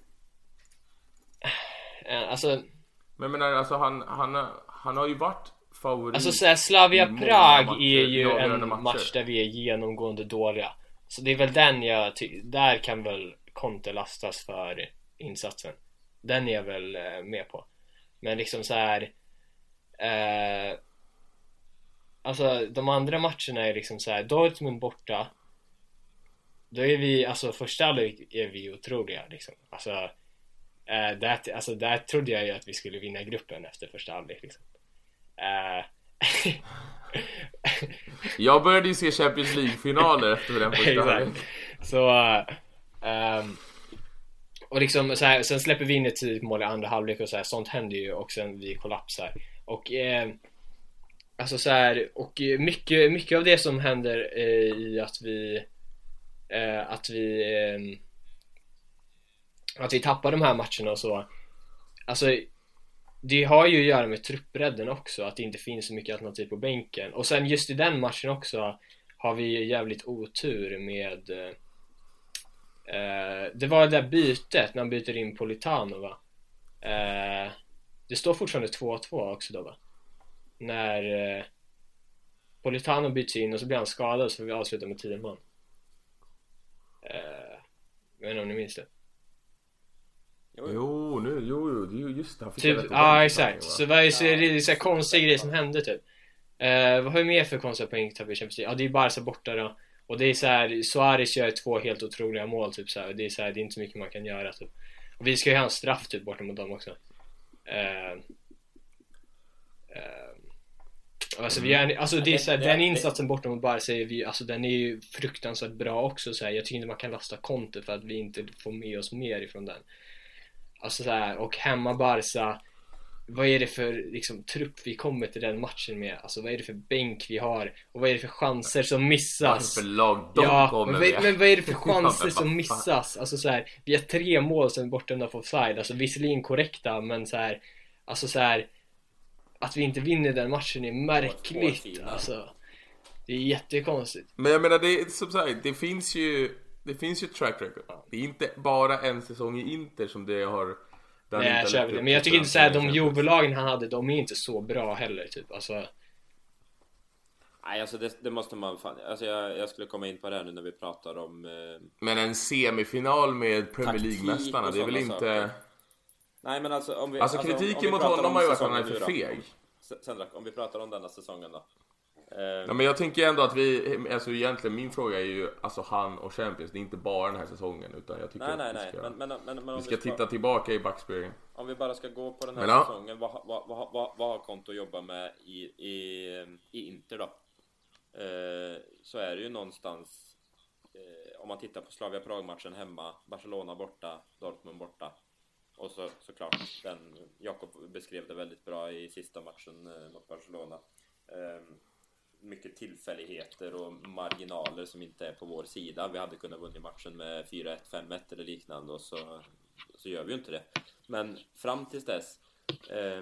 Eh, Alltså, Men jag menar, alltså han, han, han har ju varit favorit. alltså så här, Slavia i många Prag matcher, är ju i avgörande en matcher. match där vi är genomgående dåliga. Så det är väl den jag ty- där kan väl Conte lastas för insatsen. Den är jag väl eh, med på. Men liksom så här. Eh, alltså de andra matcherna är liksom så här. Dortmund borta. Då är vi, alltså första halvlek är vi otroliga liksom. Alltså, eh, där, alltså där trodde jag ju att vi skulle vinna gruppen efter första halvlek liksom. Eh, Jag började ju se Champions League-finaler efter den första halvlek. Exakt. Så ehm, och liksom så här, sen släpper vi in ett tidigt mål i andra halvlek och så här, sånt händer ju och sen vi kollapsar. Och eh, alltså så här, och mycket mycket av det som händer eh, i att vi eh, att vi eh, att vi tappar de här matcherna och så. Alltså det har ju att göra med truppbredden också, att det inte finns så mycket alternativ på bänken. Och sen just i den matchen också har vi jävligt otur med eh, det var det där bytet när han byter in Politano, va? Eh, det står fortfarande två två också då, va? När eh, Politano byts in och så blir han skadad, så får vi avsluta med tio man. Eh, jag vet inte om ni minns det. Jo, jo. Jo, nu, jo, jo, det är ju just det. Han fick Typ, rätt ja ordentligt, exakt. va? Så vad är så är det så här konstiga grejer som hände typ. Eh, vad har vi mer för konstiga poängtapp i Champions League? Ja, det är Barca borta då. Och det är så här, Suarez gör två helt otroliga mål typ så här. Det är så här, det är inte så mycket man kan göra typ. Och vi ska ju ha en straff typ borta mot dem också. Eh, eh, alltså vi är, alltså det är så här, den insatsen borta mot Barca är vi, alltså den är ju fruktansvärt bra också så här. Jag tycker inte man kan lasta Conte för att vi inte får med oss mer ifrån den. Alltså så här, och hemma Barca, vad är det för liksom trupp vi kommer till den matchen med? Alltså vad är det för bänk vi har? Och vad är det för chanser som missas? Varför lag de Ja, kommer men, med? vad- men vad är det för chanser Ja, men som vad missas? Alltså så här, vi har tre mål som är bortdömda för offside. Alltså visserligen korrekta, men så här, alltså så här, att vi inte vinner den matchen är märkligt. fina. Alltså, det är jättekonstigt. Men jag menar, det är som sagt, det finns ju det finns ju track record. Det är inte bara en säsong i Inter som det har där han Nej, inte jag har köper lett det. upp Men jag till tycker inte så här, de framgången. Juve-lagen han hade, de är inte så bra heller typ. Alltså, Nej, alltså det, det måste man fan... Alltså jag, jag skulle komma in på det här nu när vi pratar om... Eh, Men en semifinal med Premier Taktik League-mästarna, och det är väl sådana inte... saker. Nej, men alltså om vi... Alltså om- kritiken om vi mot pratar honom om har ju varit att han är säsongen för nu då. feg. S- Sendrak, om vi pratar om denna säsongen då. Ja, men jag tänker ändå att vi, alltså egentligen min fråga är ju alltså han och Champions, det är inte bara den här säsongen utan jag tycker nej, att nej, vi nej. ska, men, men, men, men vi om ska vi titta tillbaka i backspegeln. Om vi bara ska gå på den här men, säsongen, vad, vad, vad, vad, vad har Conte att jobba med i, i, i Inter då? Eh, så är det ju någonstans, eh, om man tittar på Slavia Prag-matchen hemma, Barcelona borta, Dortmund borta. Och så såklart, den Jakob beskrev det väldigt bra i sista matchen eh, mot Barcelona. Eh, mycket tillfälligheter och marginaler som inte är på vår sida. Vi hade kunnat vinna matchen med fyra ett, fem ett eller liknande och så, så gör vi ju inte det. Men fram tills dess eh,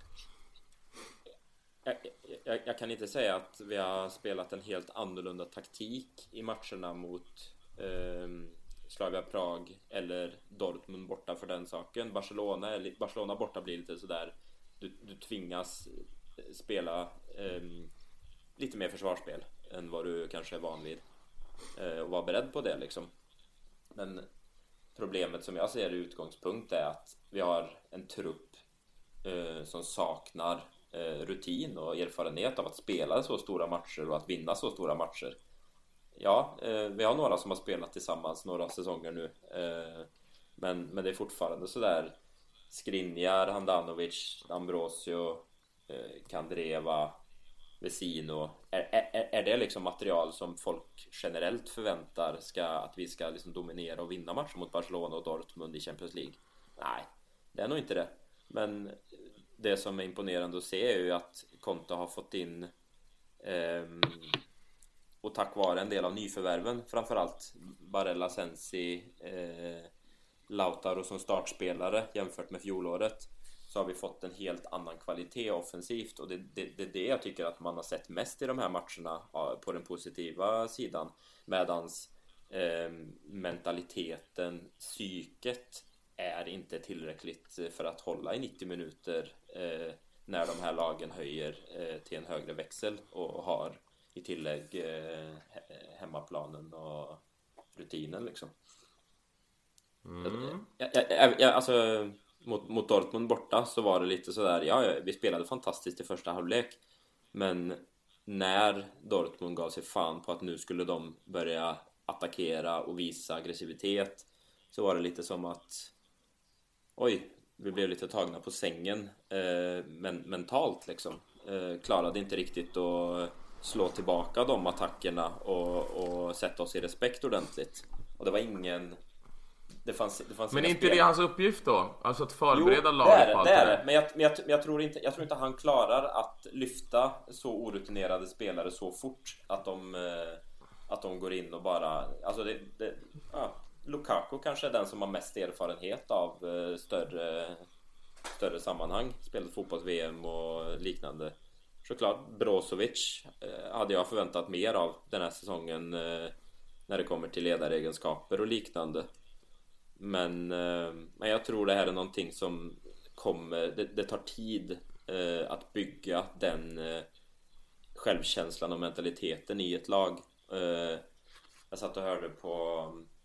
jag, jag, jag kan inte säga att vi har spelat en helt annorlunda taktik i matcherna mot eh, Slavia Prag eller Dortmund borta för den saken. Barcelona, eller Barcelona borta blir lite sådär, du, du tvingas spela eh, lite mer försvarsspel än vad du kanske är van vid eh, och vara beredd på det liksom. Men problemet som jag ser i utgångspunkt är att vi har en trupp eh, som saknar eh, rutin och erfarenhet av att spela så stora matcher och att vinna så stora matcher. Ja, eh, vi har några som har spelat tillsammans några säsonger nu, eh, men, men det är fortfarande så där Skriniar, Handanovic, Ambrosio, eh, Kandreva, Vesino. Är, är, är det liksom material som folk generellt förväntar ska, att vi ska liksom dominera och vinna matcher mot Barcelona och Dortmund i Champions League? Nej, det är nog inte det. Men det som är imponerande att se är ju att Conte har fått in ehm, och tack vare en del av nyförvärven, framförallt Barella, Sensi, eh, Lautaro som startspelare jämfört med fjolåret, så har vi fått en helt annan kvalitet offensivt. Och det är det, det, det jag tycker att man har sett mest i de här matcherna på den positiva sidan. Medans eh, mentaliteten, psyket är inte tillräckligt för att hålla i nittio minuter eh, när de här lagen höjer eh, till en högre växel och har i tillägg eh, hemmaplanen och rutinen liksom. Mm. Jag, jag, jag, jag, alltså mot, mot Dortmund borta så var det lite sådär, ja, vi spelade fantastiskt i första halvlek, men när Dortmund gav sig fan på att nu skulle de börja attackera och visa aggressivitet, så var det lite som att oj, vi blev lite tagna på sängen eh, men, mentalt liksom. Eh, klarade inte riktigt att slå tillbaka de attackerna och, och sätta oss i respekt ordentligt. Och det var ingen det fanns, det fanns Men är inte spel. det hans uppgift då? Alltså att förbereda jo, laget på allt det är det. det. Men, jag, men, jag, men jag, tror inte, jag tror inte han klarar att lyfta så orutinerade spelare så fort att de, eh, att de går in och bara, alltså det, det, ja, Lukaku kanske är den som har mest erfarenhet av eh, större, större sammanhang, spelat fotbolls-V M och liknande. Såklart Brozovic eh, hade jag förväntat mer av den här säsongen eh, när det kommer till ledaregenskaper och liknande. Men, eh, men jag tror det här är någonting som kommer, det, det tar tid eh, att bygga den eh, självkänslan och mentaliteten i ett lag. Eh, jag satt och hörde på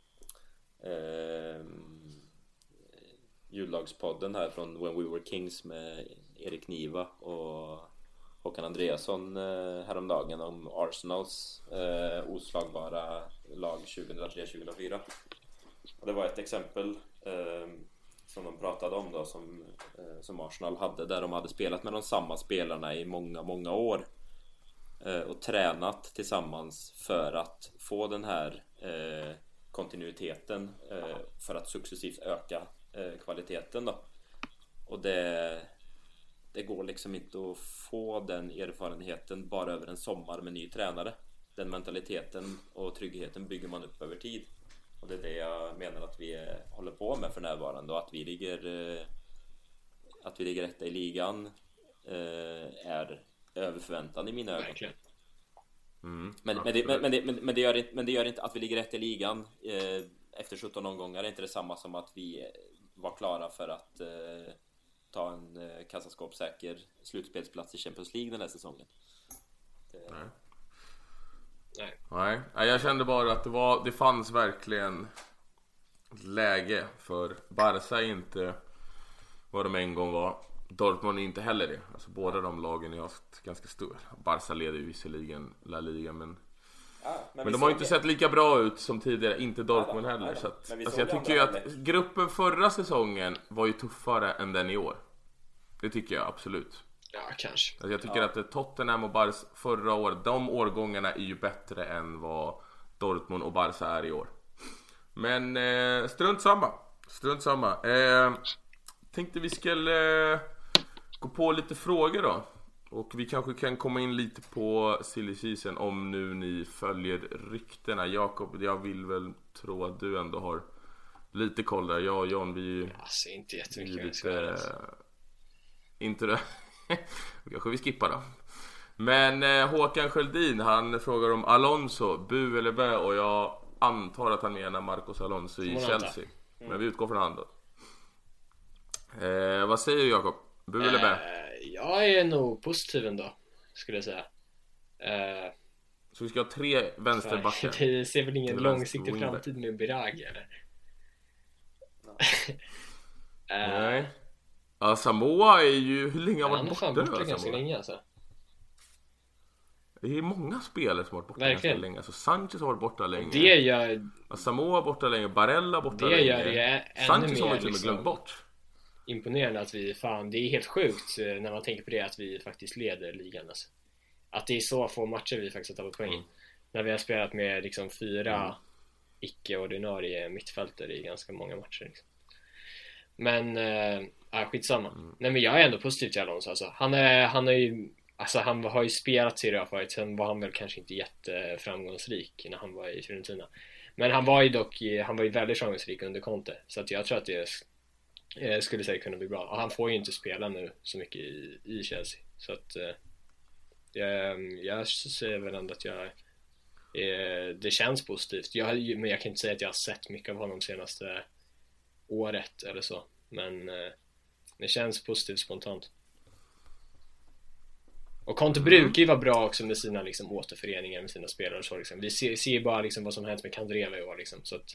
eh, jullagspodden här från When We Were Kings med Erik Niva och Håkan Andreasson eh, häromdagen om Arsenals eh, oslagbara lag tjugohundratre tjugohundrafyra. Och det var ett exempel eh, som de pratade om då, som, eh, som Arsenal hade, där de hade spelat med de samma spelarna i många, många år eh, och tränat tillsammans för att få den här eh, kontinuiteten eh, för att successivt öka eh, kvaliteten då. Och det det går liksom inte att få den erfarenheten bara över en sommar med ny tränare. Den mentaliteten och tryggheten bygger man upp över tid. Och det är det jag menar att vi håller på med för närvarande. Och att vi ligger eh, att vi ligger rätta i ligan eh, är över förväntan i mina ögon. Mm. Men, men, det, men, men, det, men, men, det gör inte, men det gör inte att vi ligger rätt i ligan eh, efter sjutton omgångar. Det är inte detsamma som att vi var klara för att eh, ta en eh, kassaskåpssäker slutspelsplats i Champions League den här säsongen. Det... Nej. Nej. Nej, jag kände bara att det var, det fanns verkligen läge för Barca inte vad de en gång var. Dortmund är inte heller det. Alltså båda de lagen har haft ganska stor. Barca leder ju visserligen La Liga, men Ja, men men vi de har ju såg inte det. sett lika bra ut som tidigare, inte Dortmund Nej då, heller. nej då. Så att, Men vi alltså såg jag det tycker ju andra att halvlek. gruppen förra säsongen var ju tuffare än den i år. Det tycker jag absolut. Ja, kanske. Alltså jag tycker Ja. att det Tottenham och Barca förra året, de årgångarna är ju bättre än vad Dortmund och Barca är i år. Men eh, strunt samma. Strunt samma. Eh, tänkte vi skulle eh, gå på lite frågor då. Och vi kanske kan komma in lite på silly season om nu ni följer ryktena. Jakob, jag vill väl tro att du ändå har lite koll där. Jag och John, vi är ju Alltså inte vi jättemycket. är jag ska vara ärlig. lite... Inte det. Då kanske vi skippar då. Men eh, Håkan Sköldin, han frågar om Alonso, bu eller bä, och jag antar att han menar Marcos Alonso i Får man Chelsea. anta. Men vi utgår från han då. Eh, vad säger du, Jakob? Bu eller bä? Eh, jag är nog positiv ändå, skulle jag säga. Eh, Så vi ska ha tre vänsterbackar. det ser väl ingen Eller långsiktig wingback. framtid med Birag eller? Eh, Nej. Ja, Samoa är ju... Hur länge har han han har varit fan borta borta nu, ganska Samoa? länge alltså. Det är många spelare som har varit borta Verkligen. ganska länge. Alltså Sanchez har varit borta länge. Det gör, Ja, Samoa borta länge, Barella borta det länge. gör det ännu Sanchez har man mer ju till och med liksom glömt bort. imponerande att vi fan, det är helt sjukt eh, när man tänker på det, att vi faktiskt leder ligan alltså. Att det är så få matcher vi faktiskt har tagit poäng Mm. när vi har spelat med liksom fyra Mm. icke-ordinarie mittfältare i ganska många matcher liksom. Men äh, ja, skitsamma. Mm. Nej, men jag är ändå positiv till Alonso alltså. Han är, han är ju, alltså han har ju spelat Serie A förut. Sen var han väl kanske inte jätteframgångsrik när han var i Fiorentina. Men han var ju dock, han var ju väldigt framgångsrik under Conte. Så att jag tror att det eh, skulle säkert kunna bli bra. Och han får ju inte spela nu så mycket i, i Chelsea. Så att eh, jag, jag säger väl ändå att jag eh, det känns positivt. Jag, men jag kan inte säga att jag har sett mycket av honom senaste året eller så. Men eh, det känns positivt spontant. Och Conte Mm. brukar ju vara bra också med sina liksom, återföreningar med sina spelare och så, liksom. Vi ser, ser ju bara liksom, vad som hänt med Kandreva i år liksom, så att...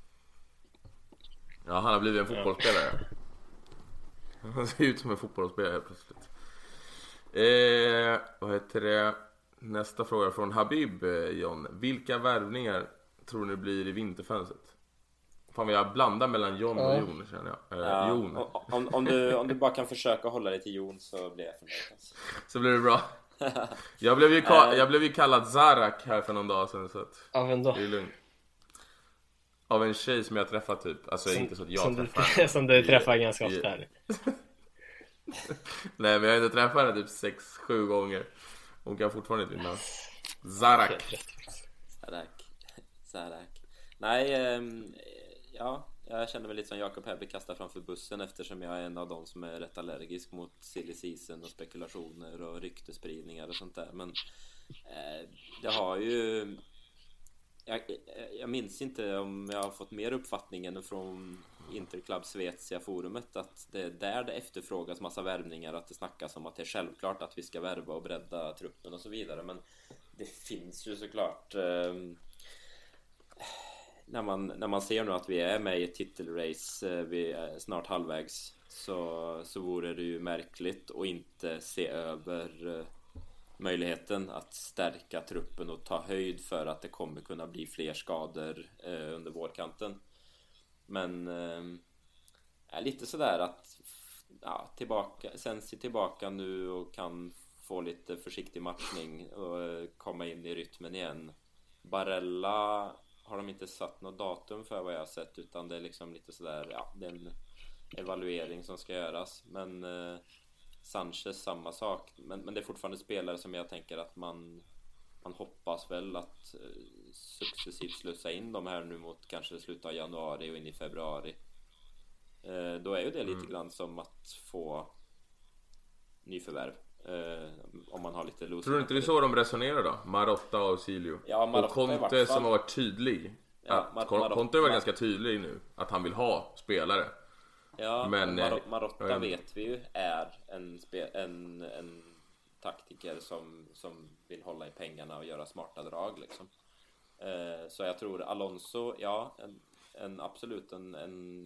Ja, han har blivit en fotbollsspelare. Han ser ut som en fotbollsspelare helt plötsligt. Eh, vad heter det? Nästa fråga från Habib, eh, John. Vilka värvningar tror ni blir i vinterfönstret? Fan, jag blandar mellan John och Ja. Jon, känner jag. Eh, Ja, Jon. o- om, om, du, om du bara kan försöka hålla dig till Jon så blir jag förnöjd alltså. Så blir det bra. Jag blev ju, ka- jag blev ju kallad Zarak här för någon dag sedan, så att Ja, vem då? det är lugnt. Av en tjej som jag träffat typ. Alltså Som, inte så att jag som, träffar du, henne. som du träffar I- ganska i- ofta här. Nej, men jag har inte träffat henne typ sex sju gånger. Hon kan fortfarande inte vinna. Zarak. Sadak. Sadak. Nej, ehm, ja, jag känner mig lite som Jakob här, blir kastad framför bussen eftersom jag är en av de som är rätt allergisk mot silly season och spekulationer och ryktespridningar och sånt där. Men eh, det har ju... Jag, jag minns inte om jag har fått mer uppfattningen från Interclub Svezia forumet att det är där det efterfrågas massa värvningar, att det snackas om att det är självklart att vi ska värva och bredda truppen och så vidare. Men det finns ju såklart eh, när, man, när man ser nu att vi är med i ett titelrace, eh, vi är snart halvvägs, så, så vore det ju märkligt att inte se över eh, möjligheten att stärka truppen och ta höjd för att det kommer kunna bli fler skador eh, under vårkanten. Men eh, är lite sådär att ja, tillbaka, Sensi tillbaka nu och kan få lite försiktig matchning och eh, komma in i rytmen igen. Barella har de inte satt något datum för vad jag har sett, utan det är liksom lite sådär, ja, det är en evaluering som ska göras. Men eh, Sanchez samma sak, men, men det är fortfarande spelare som jag tänker att man man hoppas väl att eh, successivt slussa in de här nu mot kanske slutet av januari och in i februari. Eh, då är ju det lite Mm. grann som att få nyförvärv, eh, om man har lite loose. Tror du inte det är så de resonerar då? Marotta och Ausilio. Ja, Marotta och i vart Conte fall. som har varit tydlig. Ja, Att Mar- Con- Marotta- Conte var Mar- ganska tydlig nu att han vill ha spelare. Ja, Men, men Mar- eh, Marotta jag- vet vi ju är en, spe- en, en taktiker som, som vill hålla i pengarna och göra smarta drag liksom. Eh, så jag tror Alonso, ja, en, en absolut en, en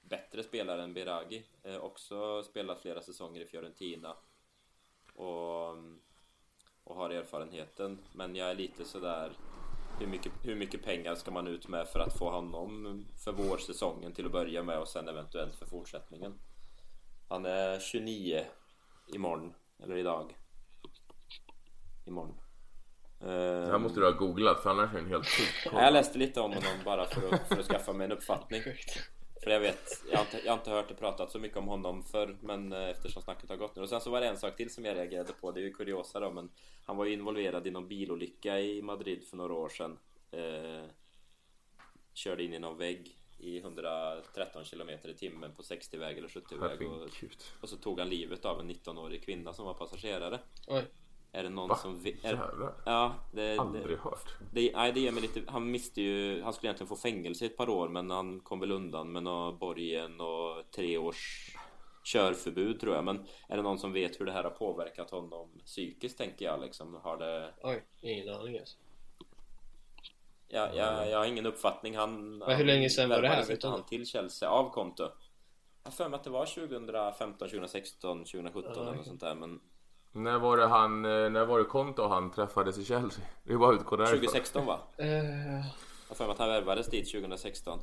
bättre spelare än Biragi. Eh, också spelat flera säsonger i Fiorentina. Och, och har erfarenheten. Men jag är lite sådär, hur mycket, hur mycket pengar ska man ut med för att få honom för vårsäsongen till att börja med och sen eventuellt för fortsättningen. Han är tjugonio imorgon, eller idag. Imorgon. Det här måste du ha googlat, för annars är det en helt sjuk. Jag läste lite om honom bara för att, för att skaffa mig en uppfattning. För jag vet, jag har, inte, jag har inte hört det pratat så mycket om honom förr, men eftersom snacket har gått nu. Och sen så var det en sak till som jag reagerade på, det är ju kuriosa då, men han var ju involverad i någon bilolycka i Madrid för några år sedan. Eh, körde in i någon vägg i hundratretton kilometer i timmen på sextio-väg eller sjuttio-väg. Och, och så tog han livet av en nitton-årig kvinna som var passagerare. Oj. Är det någon Va? som vi, är, Jävlar. ja, det, Aldrig det, hört. Det, nej, det ger mig lite. Han miste ju, han skulle egentligen få fängelse i ett par år, men han kom väl undan med någon borgen och tre års körförbud tror jag. Men är det någon som vet hur det här har påverkat honom psykiskt, tänker jag liksom, har det... Oj, ingen aning alltså. Ja, jag, jag har ingen uppfattning. Han, Men hur länge sedan var det här? Vet han till Chelsea av Conte. Jag har för mig att det var tjugofemton, tjugosexton, tjugosjutton Ja, eller något sånt där, men När var det han, när var det Conte och han träffades i Chelsea? Det är bara att utgå därifrån. tjugosexton va? Uh, Jag har för mig att han värvades dit tjugosexton.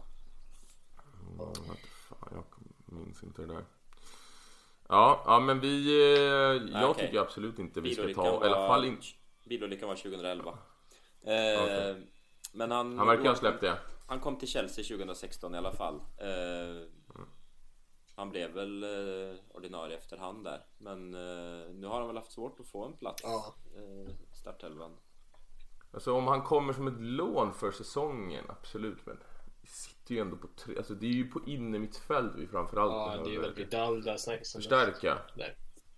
Mm, fan, jag minns inte det där. Ja, ja men vi eh, jag okej. tycker absolut inte vi ska Bilolyckan ta var, i alla fall in. Bilolyckan var tjugoelva. Eh, Okej. Men han Han verkar ha släppt det. Han kom till Chelsea tjugosexton i alla fall. Eh, Han blev väl eh, ordinarie efterhand där. Men eh, nu har han väl haft svårt att få en plats. Ja. eh, Startelvan. Alltså om han kommer som ett lån för säsongen, absolut, men vi sitter ju ändå på tre, alltså det är ju på inne mitt fält vi framförallt ja, behöver det är väl Vidal där snackas om. förstärka. Där.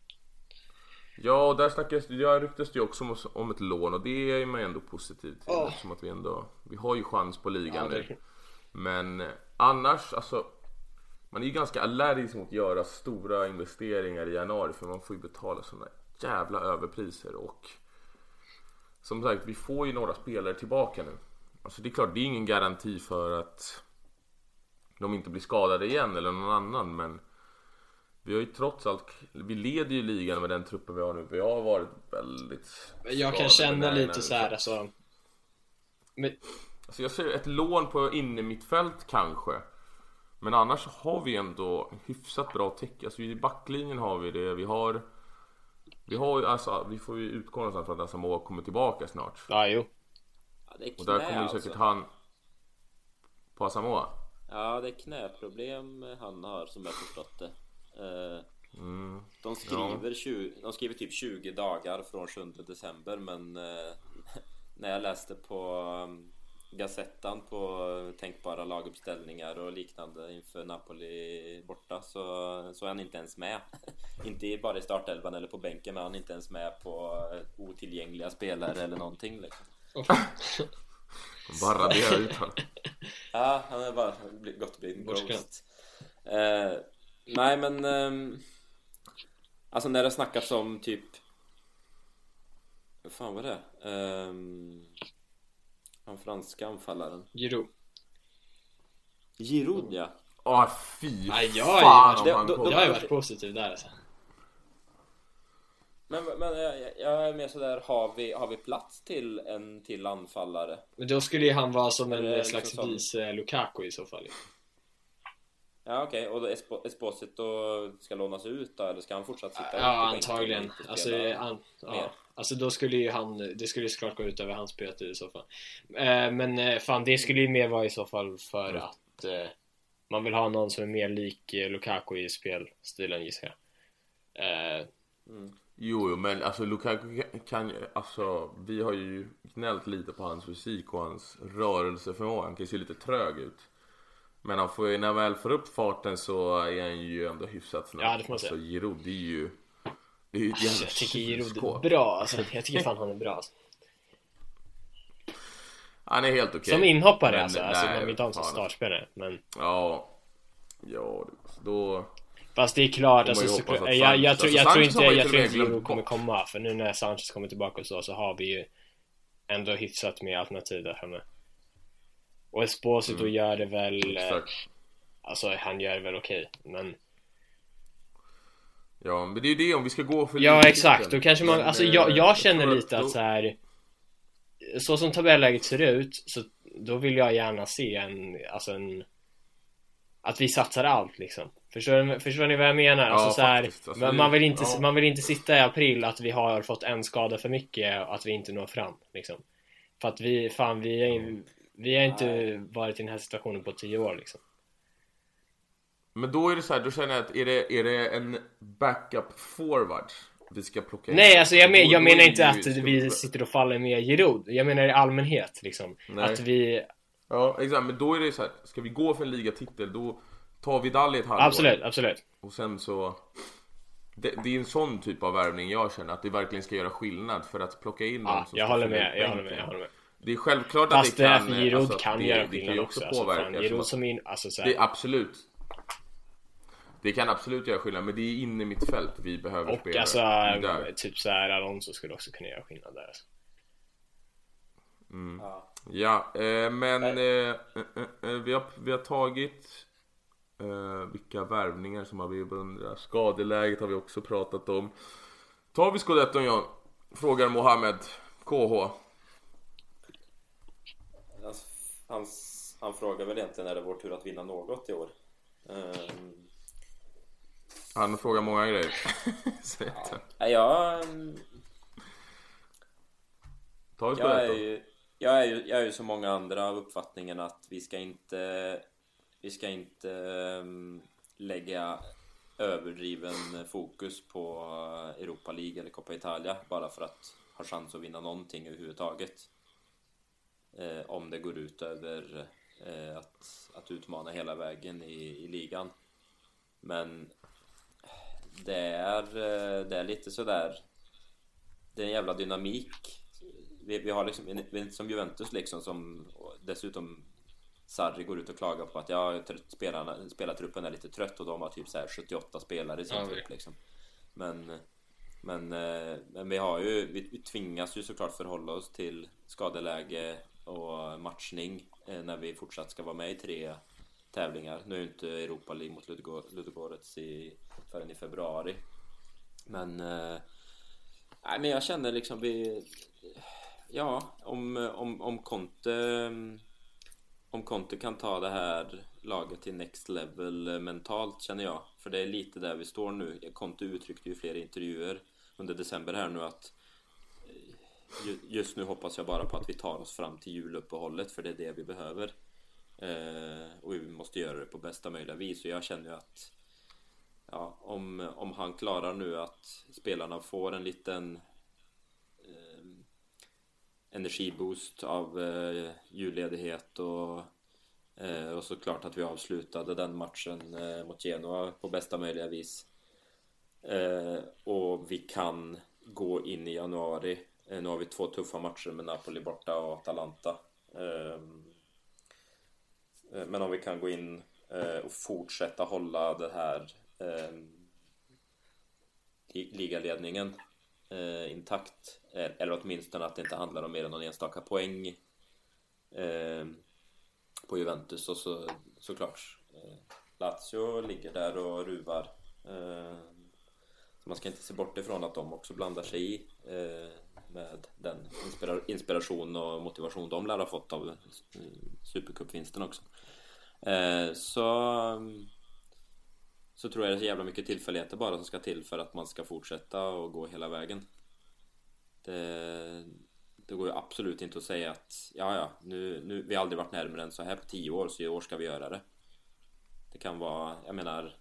Ja, och där snackas det, jag ryktas det ju också om, om ett lån, och det är man ändå positiv till, Oh. eftersom att vi ändå, vi har ju chans på ligan Ja, nu. det... Men eh, annars, alltså man är ju ganska allergisk mot att göra stora investeringar i januari, för man får ju betala sådana jävla överpriser. Och som sagt, vi får ju några spelare tillbaka nu. Alltså det är klart, det är ingen garanti för att de inte blir skadade igen eller någon annan, men vi har ju trots allt, vi leder ju ligan med den truppen vi har nu. Vi har varit väldigt Jag kan känna lite så här, alltså, men... alltså jag ser ett lån på inne mittfält kanske. Men annars har vi ändå hyfsat bra täck. Alltså i backlinjen har vi det. Vi har Vi har ju, alltså, vi får ju utgå någonstans från att Asamoah kommer tillbaka snart. Ja, jo. Ja, det är knä, Och där kommer ju säkert alltså. han på Asamoah. Ja, det är knäproblem han har, som jag förstått det. Eh, Mm. De skriver, tjugo, de skriver typ tjugo dagar från sjunde december, men eh, när jag läste på um, Gazettan på tänkbara laguppställningar och liknande inför Napoli borta, så, så är han inte ens med. Inte bara i startelvan eller på bänken, men han är inte ens med på uh, otillgängliga spelare eller någonting liksom. Bara det ut han. Ja, han har bara gått och blivit ghost. Eh, nej men eh, alltså när det snackats om typ, vad fan var det? Eh, han franska anfallaren Giroud. Giroud, ja. Åh fy Nej, jag har ju fan varit- om det- han då- kommer. Jag har ju varit positiv där alltså. Men, men jag, jag är mer sådär, har vi, har vi plats till en till anfallare? Men då skulle ju han vara som en Eller slags liksom som- vice Lukaku i så fall. Ja okej, och då Espo, Esposito ska lånas ut då, eller ska han fortsatt sitta ute på Ja, bänken antagligen. och inte Alltså, spela? han, mer. ja. alltså då skulle ju han, det skulle ju såklart gå ut över hans speltid i så fall. Eh, men eh, fan, det skulle ju mer vara i så fall för Mm. att eh, man vill ha någon som är mer lik eh, Lukaku i spelstilen, gissar jag. Eh, Mm. Jo, jo, men alltså Lukaku kan ju, alltså vi har ju gnällt lite på hans fysik och hans rörelseförmåga. Han kan ju se lite trög ut. Men han får ju, när han väl får upp farten så är han ju ändå hyfsat snabb. Ja, det får man säga. Alltså Giroud, det är ju, det är ju ett alltså, jävla jag tycker Giroud kylskåp. är bra alltså. Jag tycker fan han är bra alltså. Han är helt okej. Som inhoppare Men, alltså, alltså nej, man vill inte ha en som fan. startspelare. Men Ja, ja, då fast det är klart, Får alltså, man ju så, hoppas att jag, jag, Sanchez- tror, alltså, jag tror Sanchez inte har man ju jag till tror och med inte Giroud glömt kommer bort. komma. För nu när Sanchez kommer tillbaka och så, så har vi ju ändå hyfsat med alternativ där framme. Och Esposito Mm. gör det väl eh, exakt. alltså han gör väl okej, men ja, men det är ju det om vi ska gå för ja, exakt, titeln. då kanske man, Men, alltså jag, jag jag känner tror lite då, att så här, så som tabelläget ser ut, så då vill jag gärna se en, alltså en, att vi satsar allt liksom. Förstår, förstår ni vad jag menar? Alltså ja, så här, faktiskt. Alltså, man, man, vill inte, ja. man vill inte sitta i april att vi har fått en skada för mycket och att vi inte når fram liksom. För att vi, fan vi är, vi har inte varit i den här situationen på tio år liksom. Men då är det så här, då känner jag att är det, är det en backup forward vi ska plocka in? Nej, alltså jag, men, Då- jag då menar är inte det att ju- vi sitter och faller med Giroud. Jag menar i allmänhet liksom. Nej. Att vi, Ja, exakt, men då är det så här, ska vi gå för en ligatitel, då tar vi Vidal i ett halvår. absolut, absolut. Och sen så det, det är en sån typ av värvning jag känner att det verkligen ska göra skillnad för att plocka in Ja, någon som jag ska håller fylla med, ut jag håller med, bänken. jag håller med. Det är självklart Fast att det kan, det Giroud alltså, kan det, göra det kan skillnad ju också, också alltså, påverka. fan, eftersom Giroud att- som in, alltså så här, det är absolut. Det kan absolut göra skillnad, men det är inne i mitt fält vi behöver och spela. alltså där. typ så här Alonso skulle också kunna göra skillnad där alltså. Mm. Ja. Ja, eh, men eh, eh, eh, vi, har, vi har tagit eh, vilka värvningar som har vi beundrat. Skadeläget har vi också pratat om. Tar vi Scudetton, John? Frågar Mohammed K H. Alltså, hans, han frågar väl egentligen är det vår tur att vinna något i år. Um, Han frågar många grejer. Så ja. ja. Nej, jag, um, Tar vi jag, är Scudetton? ju, jag, är ju, jag är ju som många andra av uppfattningen att vi ska inte vi ska inte um, lägga överdriven fokus på Europa League eller Coppa Italia bara för att ha chans att vinna någonting överhuvudtaget. Eh, om det går ut över eh, att, att utmana hela vägen i, i ligan. Men det är, eh, det är lite sådär, det är en jävla dynamik. Vi, vi har liksom, vi är inte som Juventus liksom, som dessutom Sarri går ut och klagar på att ja, spelarna, spelartruppen är lite trött och de har typ så här sjuttioåtta spelare i sin Ja, trupp liksom. Men Men, men vi har ju, vi, vi tvingas ju såklart förhålla oss till skadeläge och matchning eh, när vi fortsatt ska vara med i tre tävlingar. Nu är ju inte Europa League mot Ludogorets i, förrän i februari. Men, eh, nej, men jag känner liksom vi, ja, om, om, om Conte om Conte kan ta det här laget till next level mentalt, känner jag. För det är lite där vi står nu. Conte uttryckte ju flera intervjuer under december här nu att just nu hoppas jag bara på att vi tar oss fram till juluppehållet, för det är det vi behöver. Eh, och vi måste göra det på bästa möjliga vis. Och jag känner ju att ja, om, om han klarar nu att spelarna får en liten eh, energiboost av eh, julledighet och, eh, och såklart att vi avslutade den matchen eh, mot Genoa på bästa möjliga vis. Eh, och vi kan gå in i januari. Eh, nu har vi två tuffa matcher med Napoli borta och Atalanta. Eh, men om vi kan gå in eh, och fortsätta hålla det här eh, ligaledningen eh, intakt, eller åtminstone att det inte handlar om mer än någon enstaka poäng eh, på Juventus, och så såklart eh, Lazio ligger där och ruvar. Eh, så man ska inte se bort ifrån att de också blandar sig i eh, med den inspira- inspiration och motivation de lär ha fått av eh, Supercupvinsten också. Eh, så så tror jag det är så jävla mycket tillfälligheter bara som ska till för att man ska fortsätta och gå hela vägen. Det, det går ju absolut inte att säga att ja ja, nu, nu vi har aldrig varit närmare än så här på tio år, så i år ska vi göra det. Det kan vara, jag menar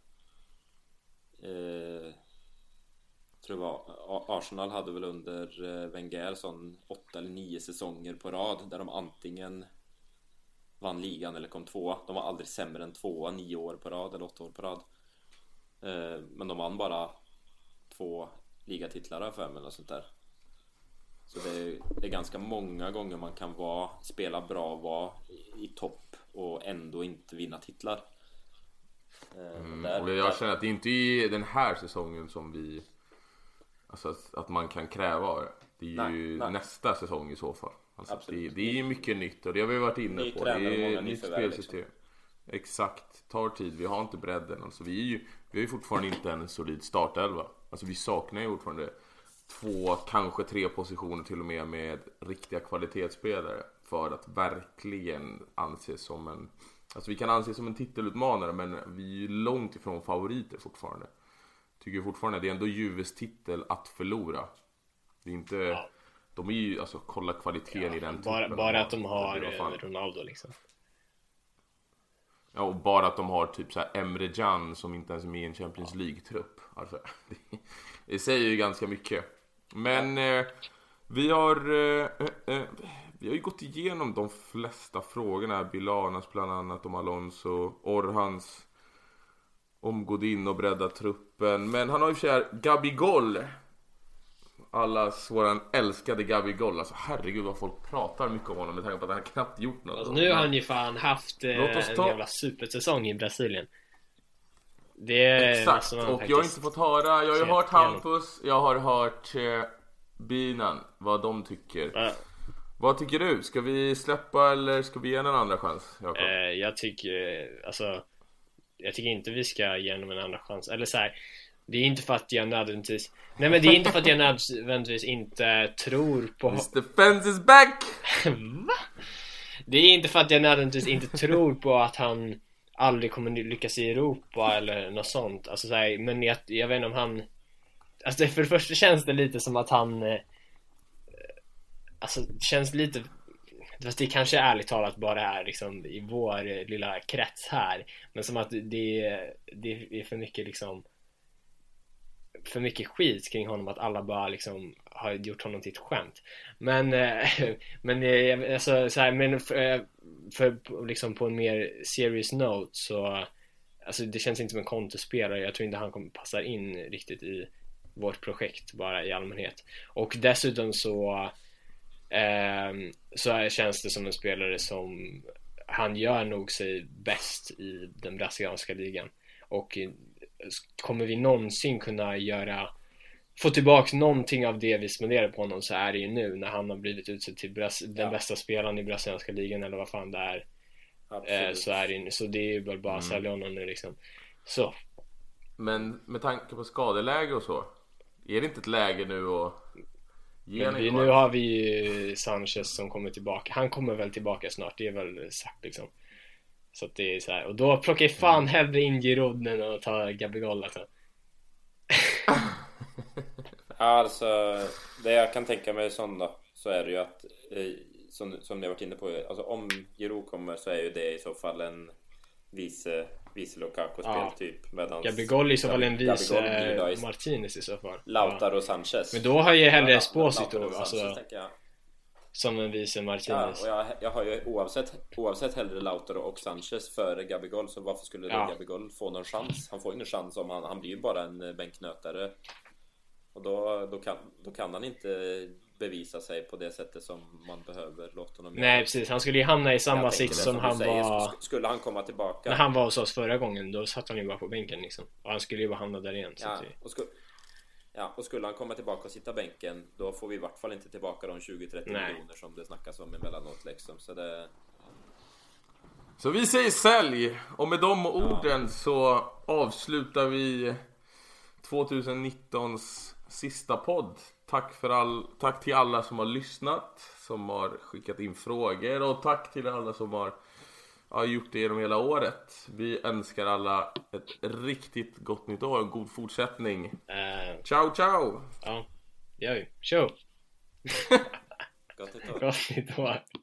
eh, tror jag var, Arsenal hade väl under eh, Wenger sån åtta eller nio säsonger på rad där de antingen vann ligan eller kom tvåa. De var aldrig sämre än tvåa nio år på rad eller åtta år på rad. Eh, men de vann bara två ligatitlar för mig eller sånt där. Så det är, det är ganska många gånger man kan vara, spela bra, vara i, i topp och ändå inte vinna titlar. Eh, Mm, där, och jag där, känner att det inte är den här säsongen som vi, alltså att, att man kan kräva av det. Det är Nej, ju nej. nästa säsong i så fall. Alltså det, Absolut. det är ju mycket nytt och det har vi varit inne Ny på. Det tränare och är många ett nytt nyförvärv, spelsystem. Exakt, tar tid, vi har inte bredden. Alltså vi, är ju, vi har ju fortfarande inte en solid startelva. Alltså vi saknar ju fortfarande två, kanske tre positioner till och med med riktiga kvalitetsspelare för att verkligen anses som en... Alltså vi kan anses som en titelutmanare, men vi är ju långt ifrån favoriter fortfarande. Tycker fortfarande det är ändå Juves titel att förlora. Det är inte... Ja. De är ju, alltså kolla kvaliteten ja, i den bara, bara att de har Ronaldo liksom. Ja, och bara att de har typ så här Emre Can som inte ens är med i en Champions League-trupp. Alltså, det, det säger ju ganska mycket. Men eh, vi har eh, eh, vi har ju gått igenom de flesta frågorna. Bilanas bland annat, om Alonso, Orhans, om Godin och bredda truppen. Men han har ju för sig Gabigol. Allas våran älskade Gabigol. Alltså herregud vad folk pratar mycket om honom med tanke på att han knappt gjort något. Alltså, nu har han ju fan haft eh, en ta... jävla supersäsong i Brasilien. Det är exakt, och faktiskt... jag har inte fått höra. Jag har ju hört Hampus, jag har hört eh, Binan, vad de tycker. Ja. Vad tycker du? Ska vi släppa eller ska vi ge en andra chans? Eh, jag tycker alltså jag tycker inte vi ska ge honom en andra chans. Eller så här, det är inte för att jag nödvändigtvis Nej men det är inte för att jag nödvändigtvis inte tror på mister Fence is back! Va? Det är inte för att jag nödvändigtvis inte tror på att han aldrig kommer lyckas i Europa eller något sånt. Alltså så här, men jag, jag vet inte om han... Alltså för det första känns det lite som att han... Eh, alltså det känns lite... Fast det kanske ärligt talat bara är liksom i vår lilla krets här. Men som att det, det är för mycket liksom... för mycket skit kring honom, att alla bara liksom har gjort honom till ett skämt. Men men alltså så här, men för, för liksom på en mer serious note så alltså det känns inte som en kontospelare. Jag tror inte han kommer passa in riktigt i vårt projekt bara i allmänhet. Och dessutom så eh, så känns det som en spelare som han gör nog sig bäst i den brasilianska ligan. Och kommer vi någonsin kunna göra få tillbaka någonting av det vi spenderar på honom, så är det ju nu när han har blivit utsedd till Bras- den ja. bästa spelaren i brasilianska ligan eller vad fan det är. Eh, så är det ju, så det är ju bara bara mm. sälja honom nu liksom. Så. Men med tanke på skadeläge och så, är det inte ett läge nu och men vi, nu har vi ju Sanchez som kommer tillbaka. Han kommer väl tillbaka snart, det är väl sagt liksom. Så att det är så här, och då plockar jag fan hellre in Giroud och tar Gabigol alltså. Alltså det jag kan tänka mig sån då, så är det ju att eh, som, som ni har varit inne på, alltså om Giroud kommer så är ju det i så fall en vice vice Lukaku-spel ja. typ, medans Gabigol i så fall en vice Martinez i så fall. Lautaro och Sanchez. Men då har jag hellre Esposito alltså som en vice Martinez. Ja, och jag, jag har ju oavsett, oavsett hellre Lautaro och Sanchez före Gabigol, så varför skulle då ja. Gabigol få någon chans? Han får ju ingen chans om han, han blir ju bara en bänknötare. Och då, då, kan, då kan han inte bevisa sig på det sättet som man behöver låta honom. Nej precis, han skulle ju hamna i samma sits som, som han säger, var skulle han komma tillbaka. När han var hos oss förra gången, då satt han ju bara på bänken liksom. Och han skulle ju bara hamna där igen. Ja, så och, sku, ja, och skulle han komma tillbaka och sitta bänken, då får vi i vart fall inte tillbaka de tjugo till trettio miljoner som det snackas om emellanåt liksom. Så det... Så vi säger sälj. Och med de orden ja. så avslutar vi tjugonitton:s sista podd. Tack för all, tack till alla som har lyssnat, som har skickat in frågor, och tack till alla som har, har gjort det genom hela året. Vi önskar alla ett riktigt gott nytt år, en god fortsättning. Uh, ciao ciao. Ja, gör vi. Ciao. Gott nytt år. Gott nytt år.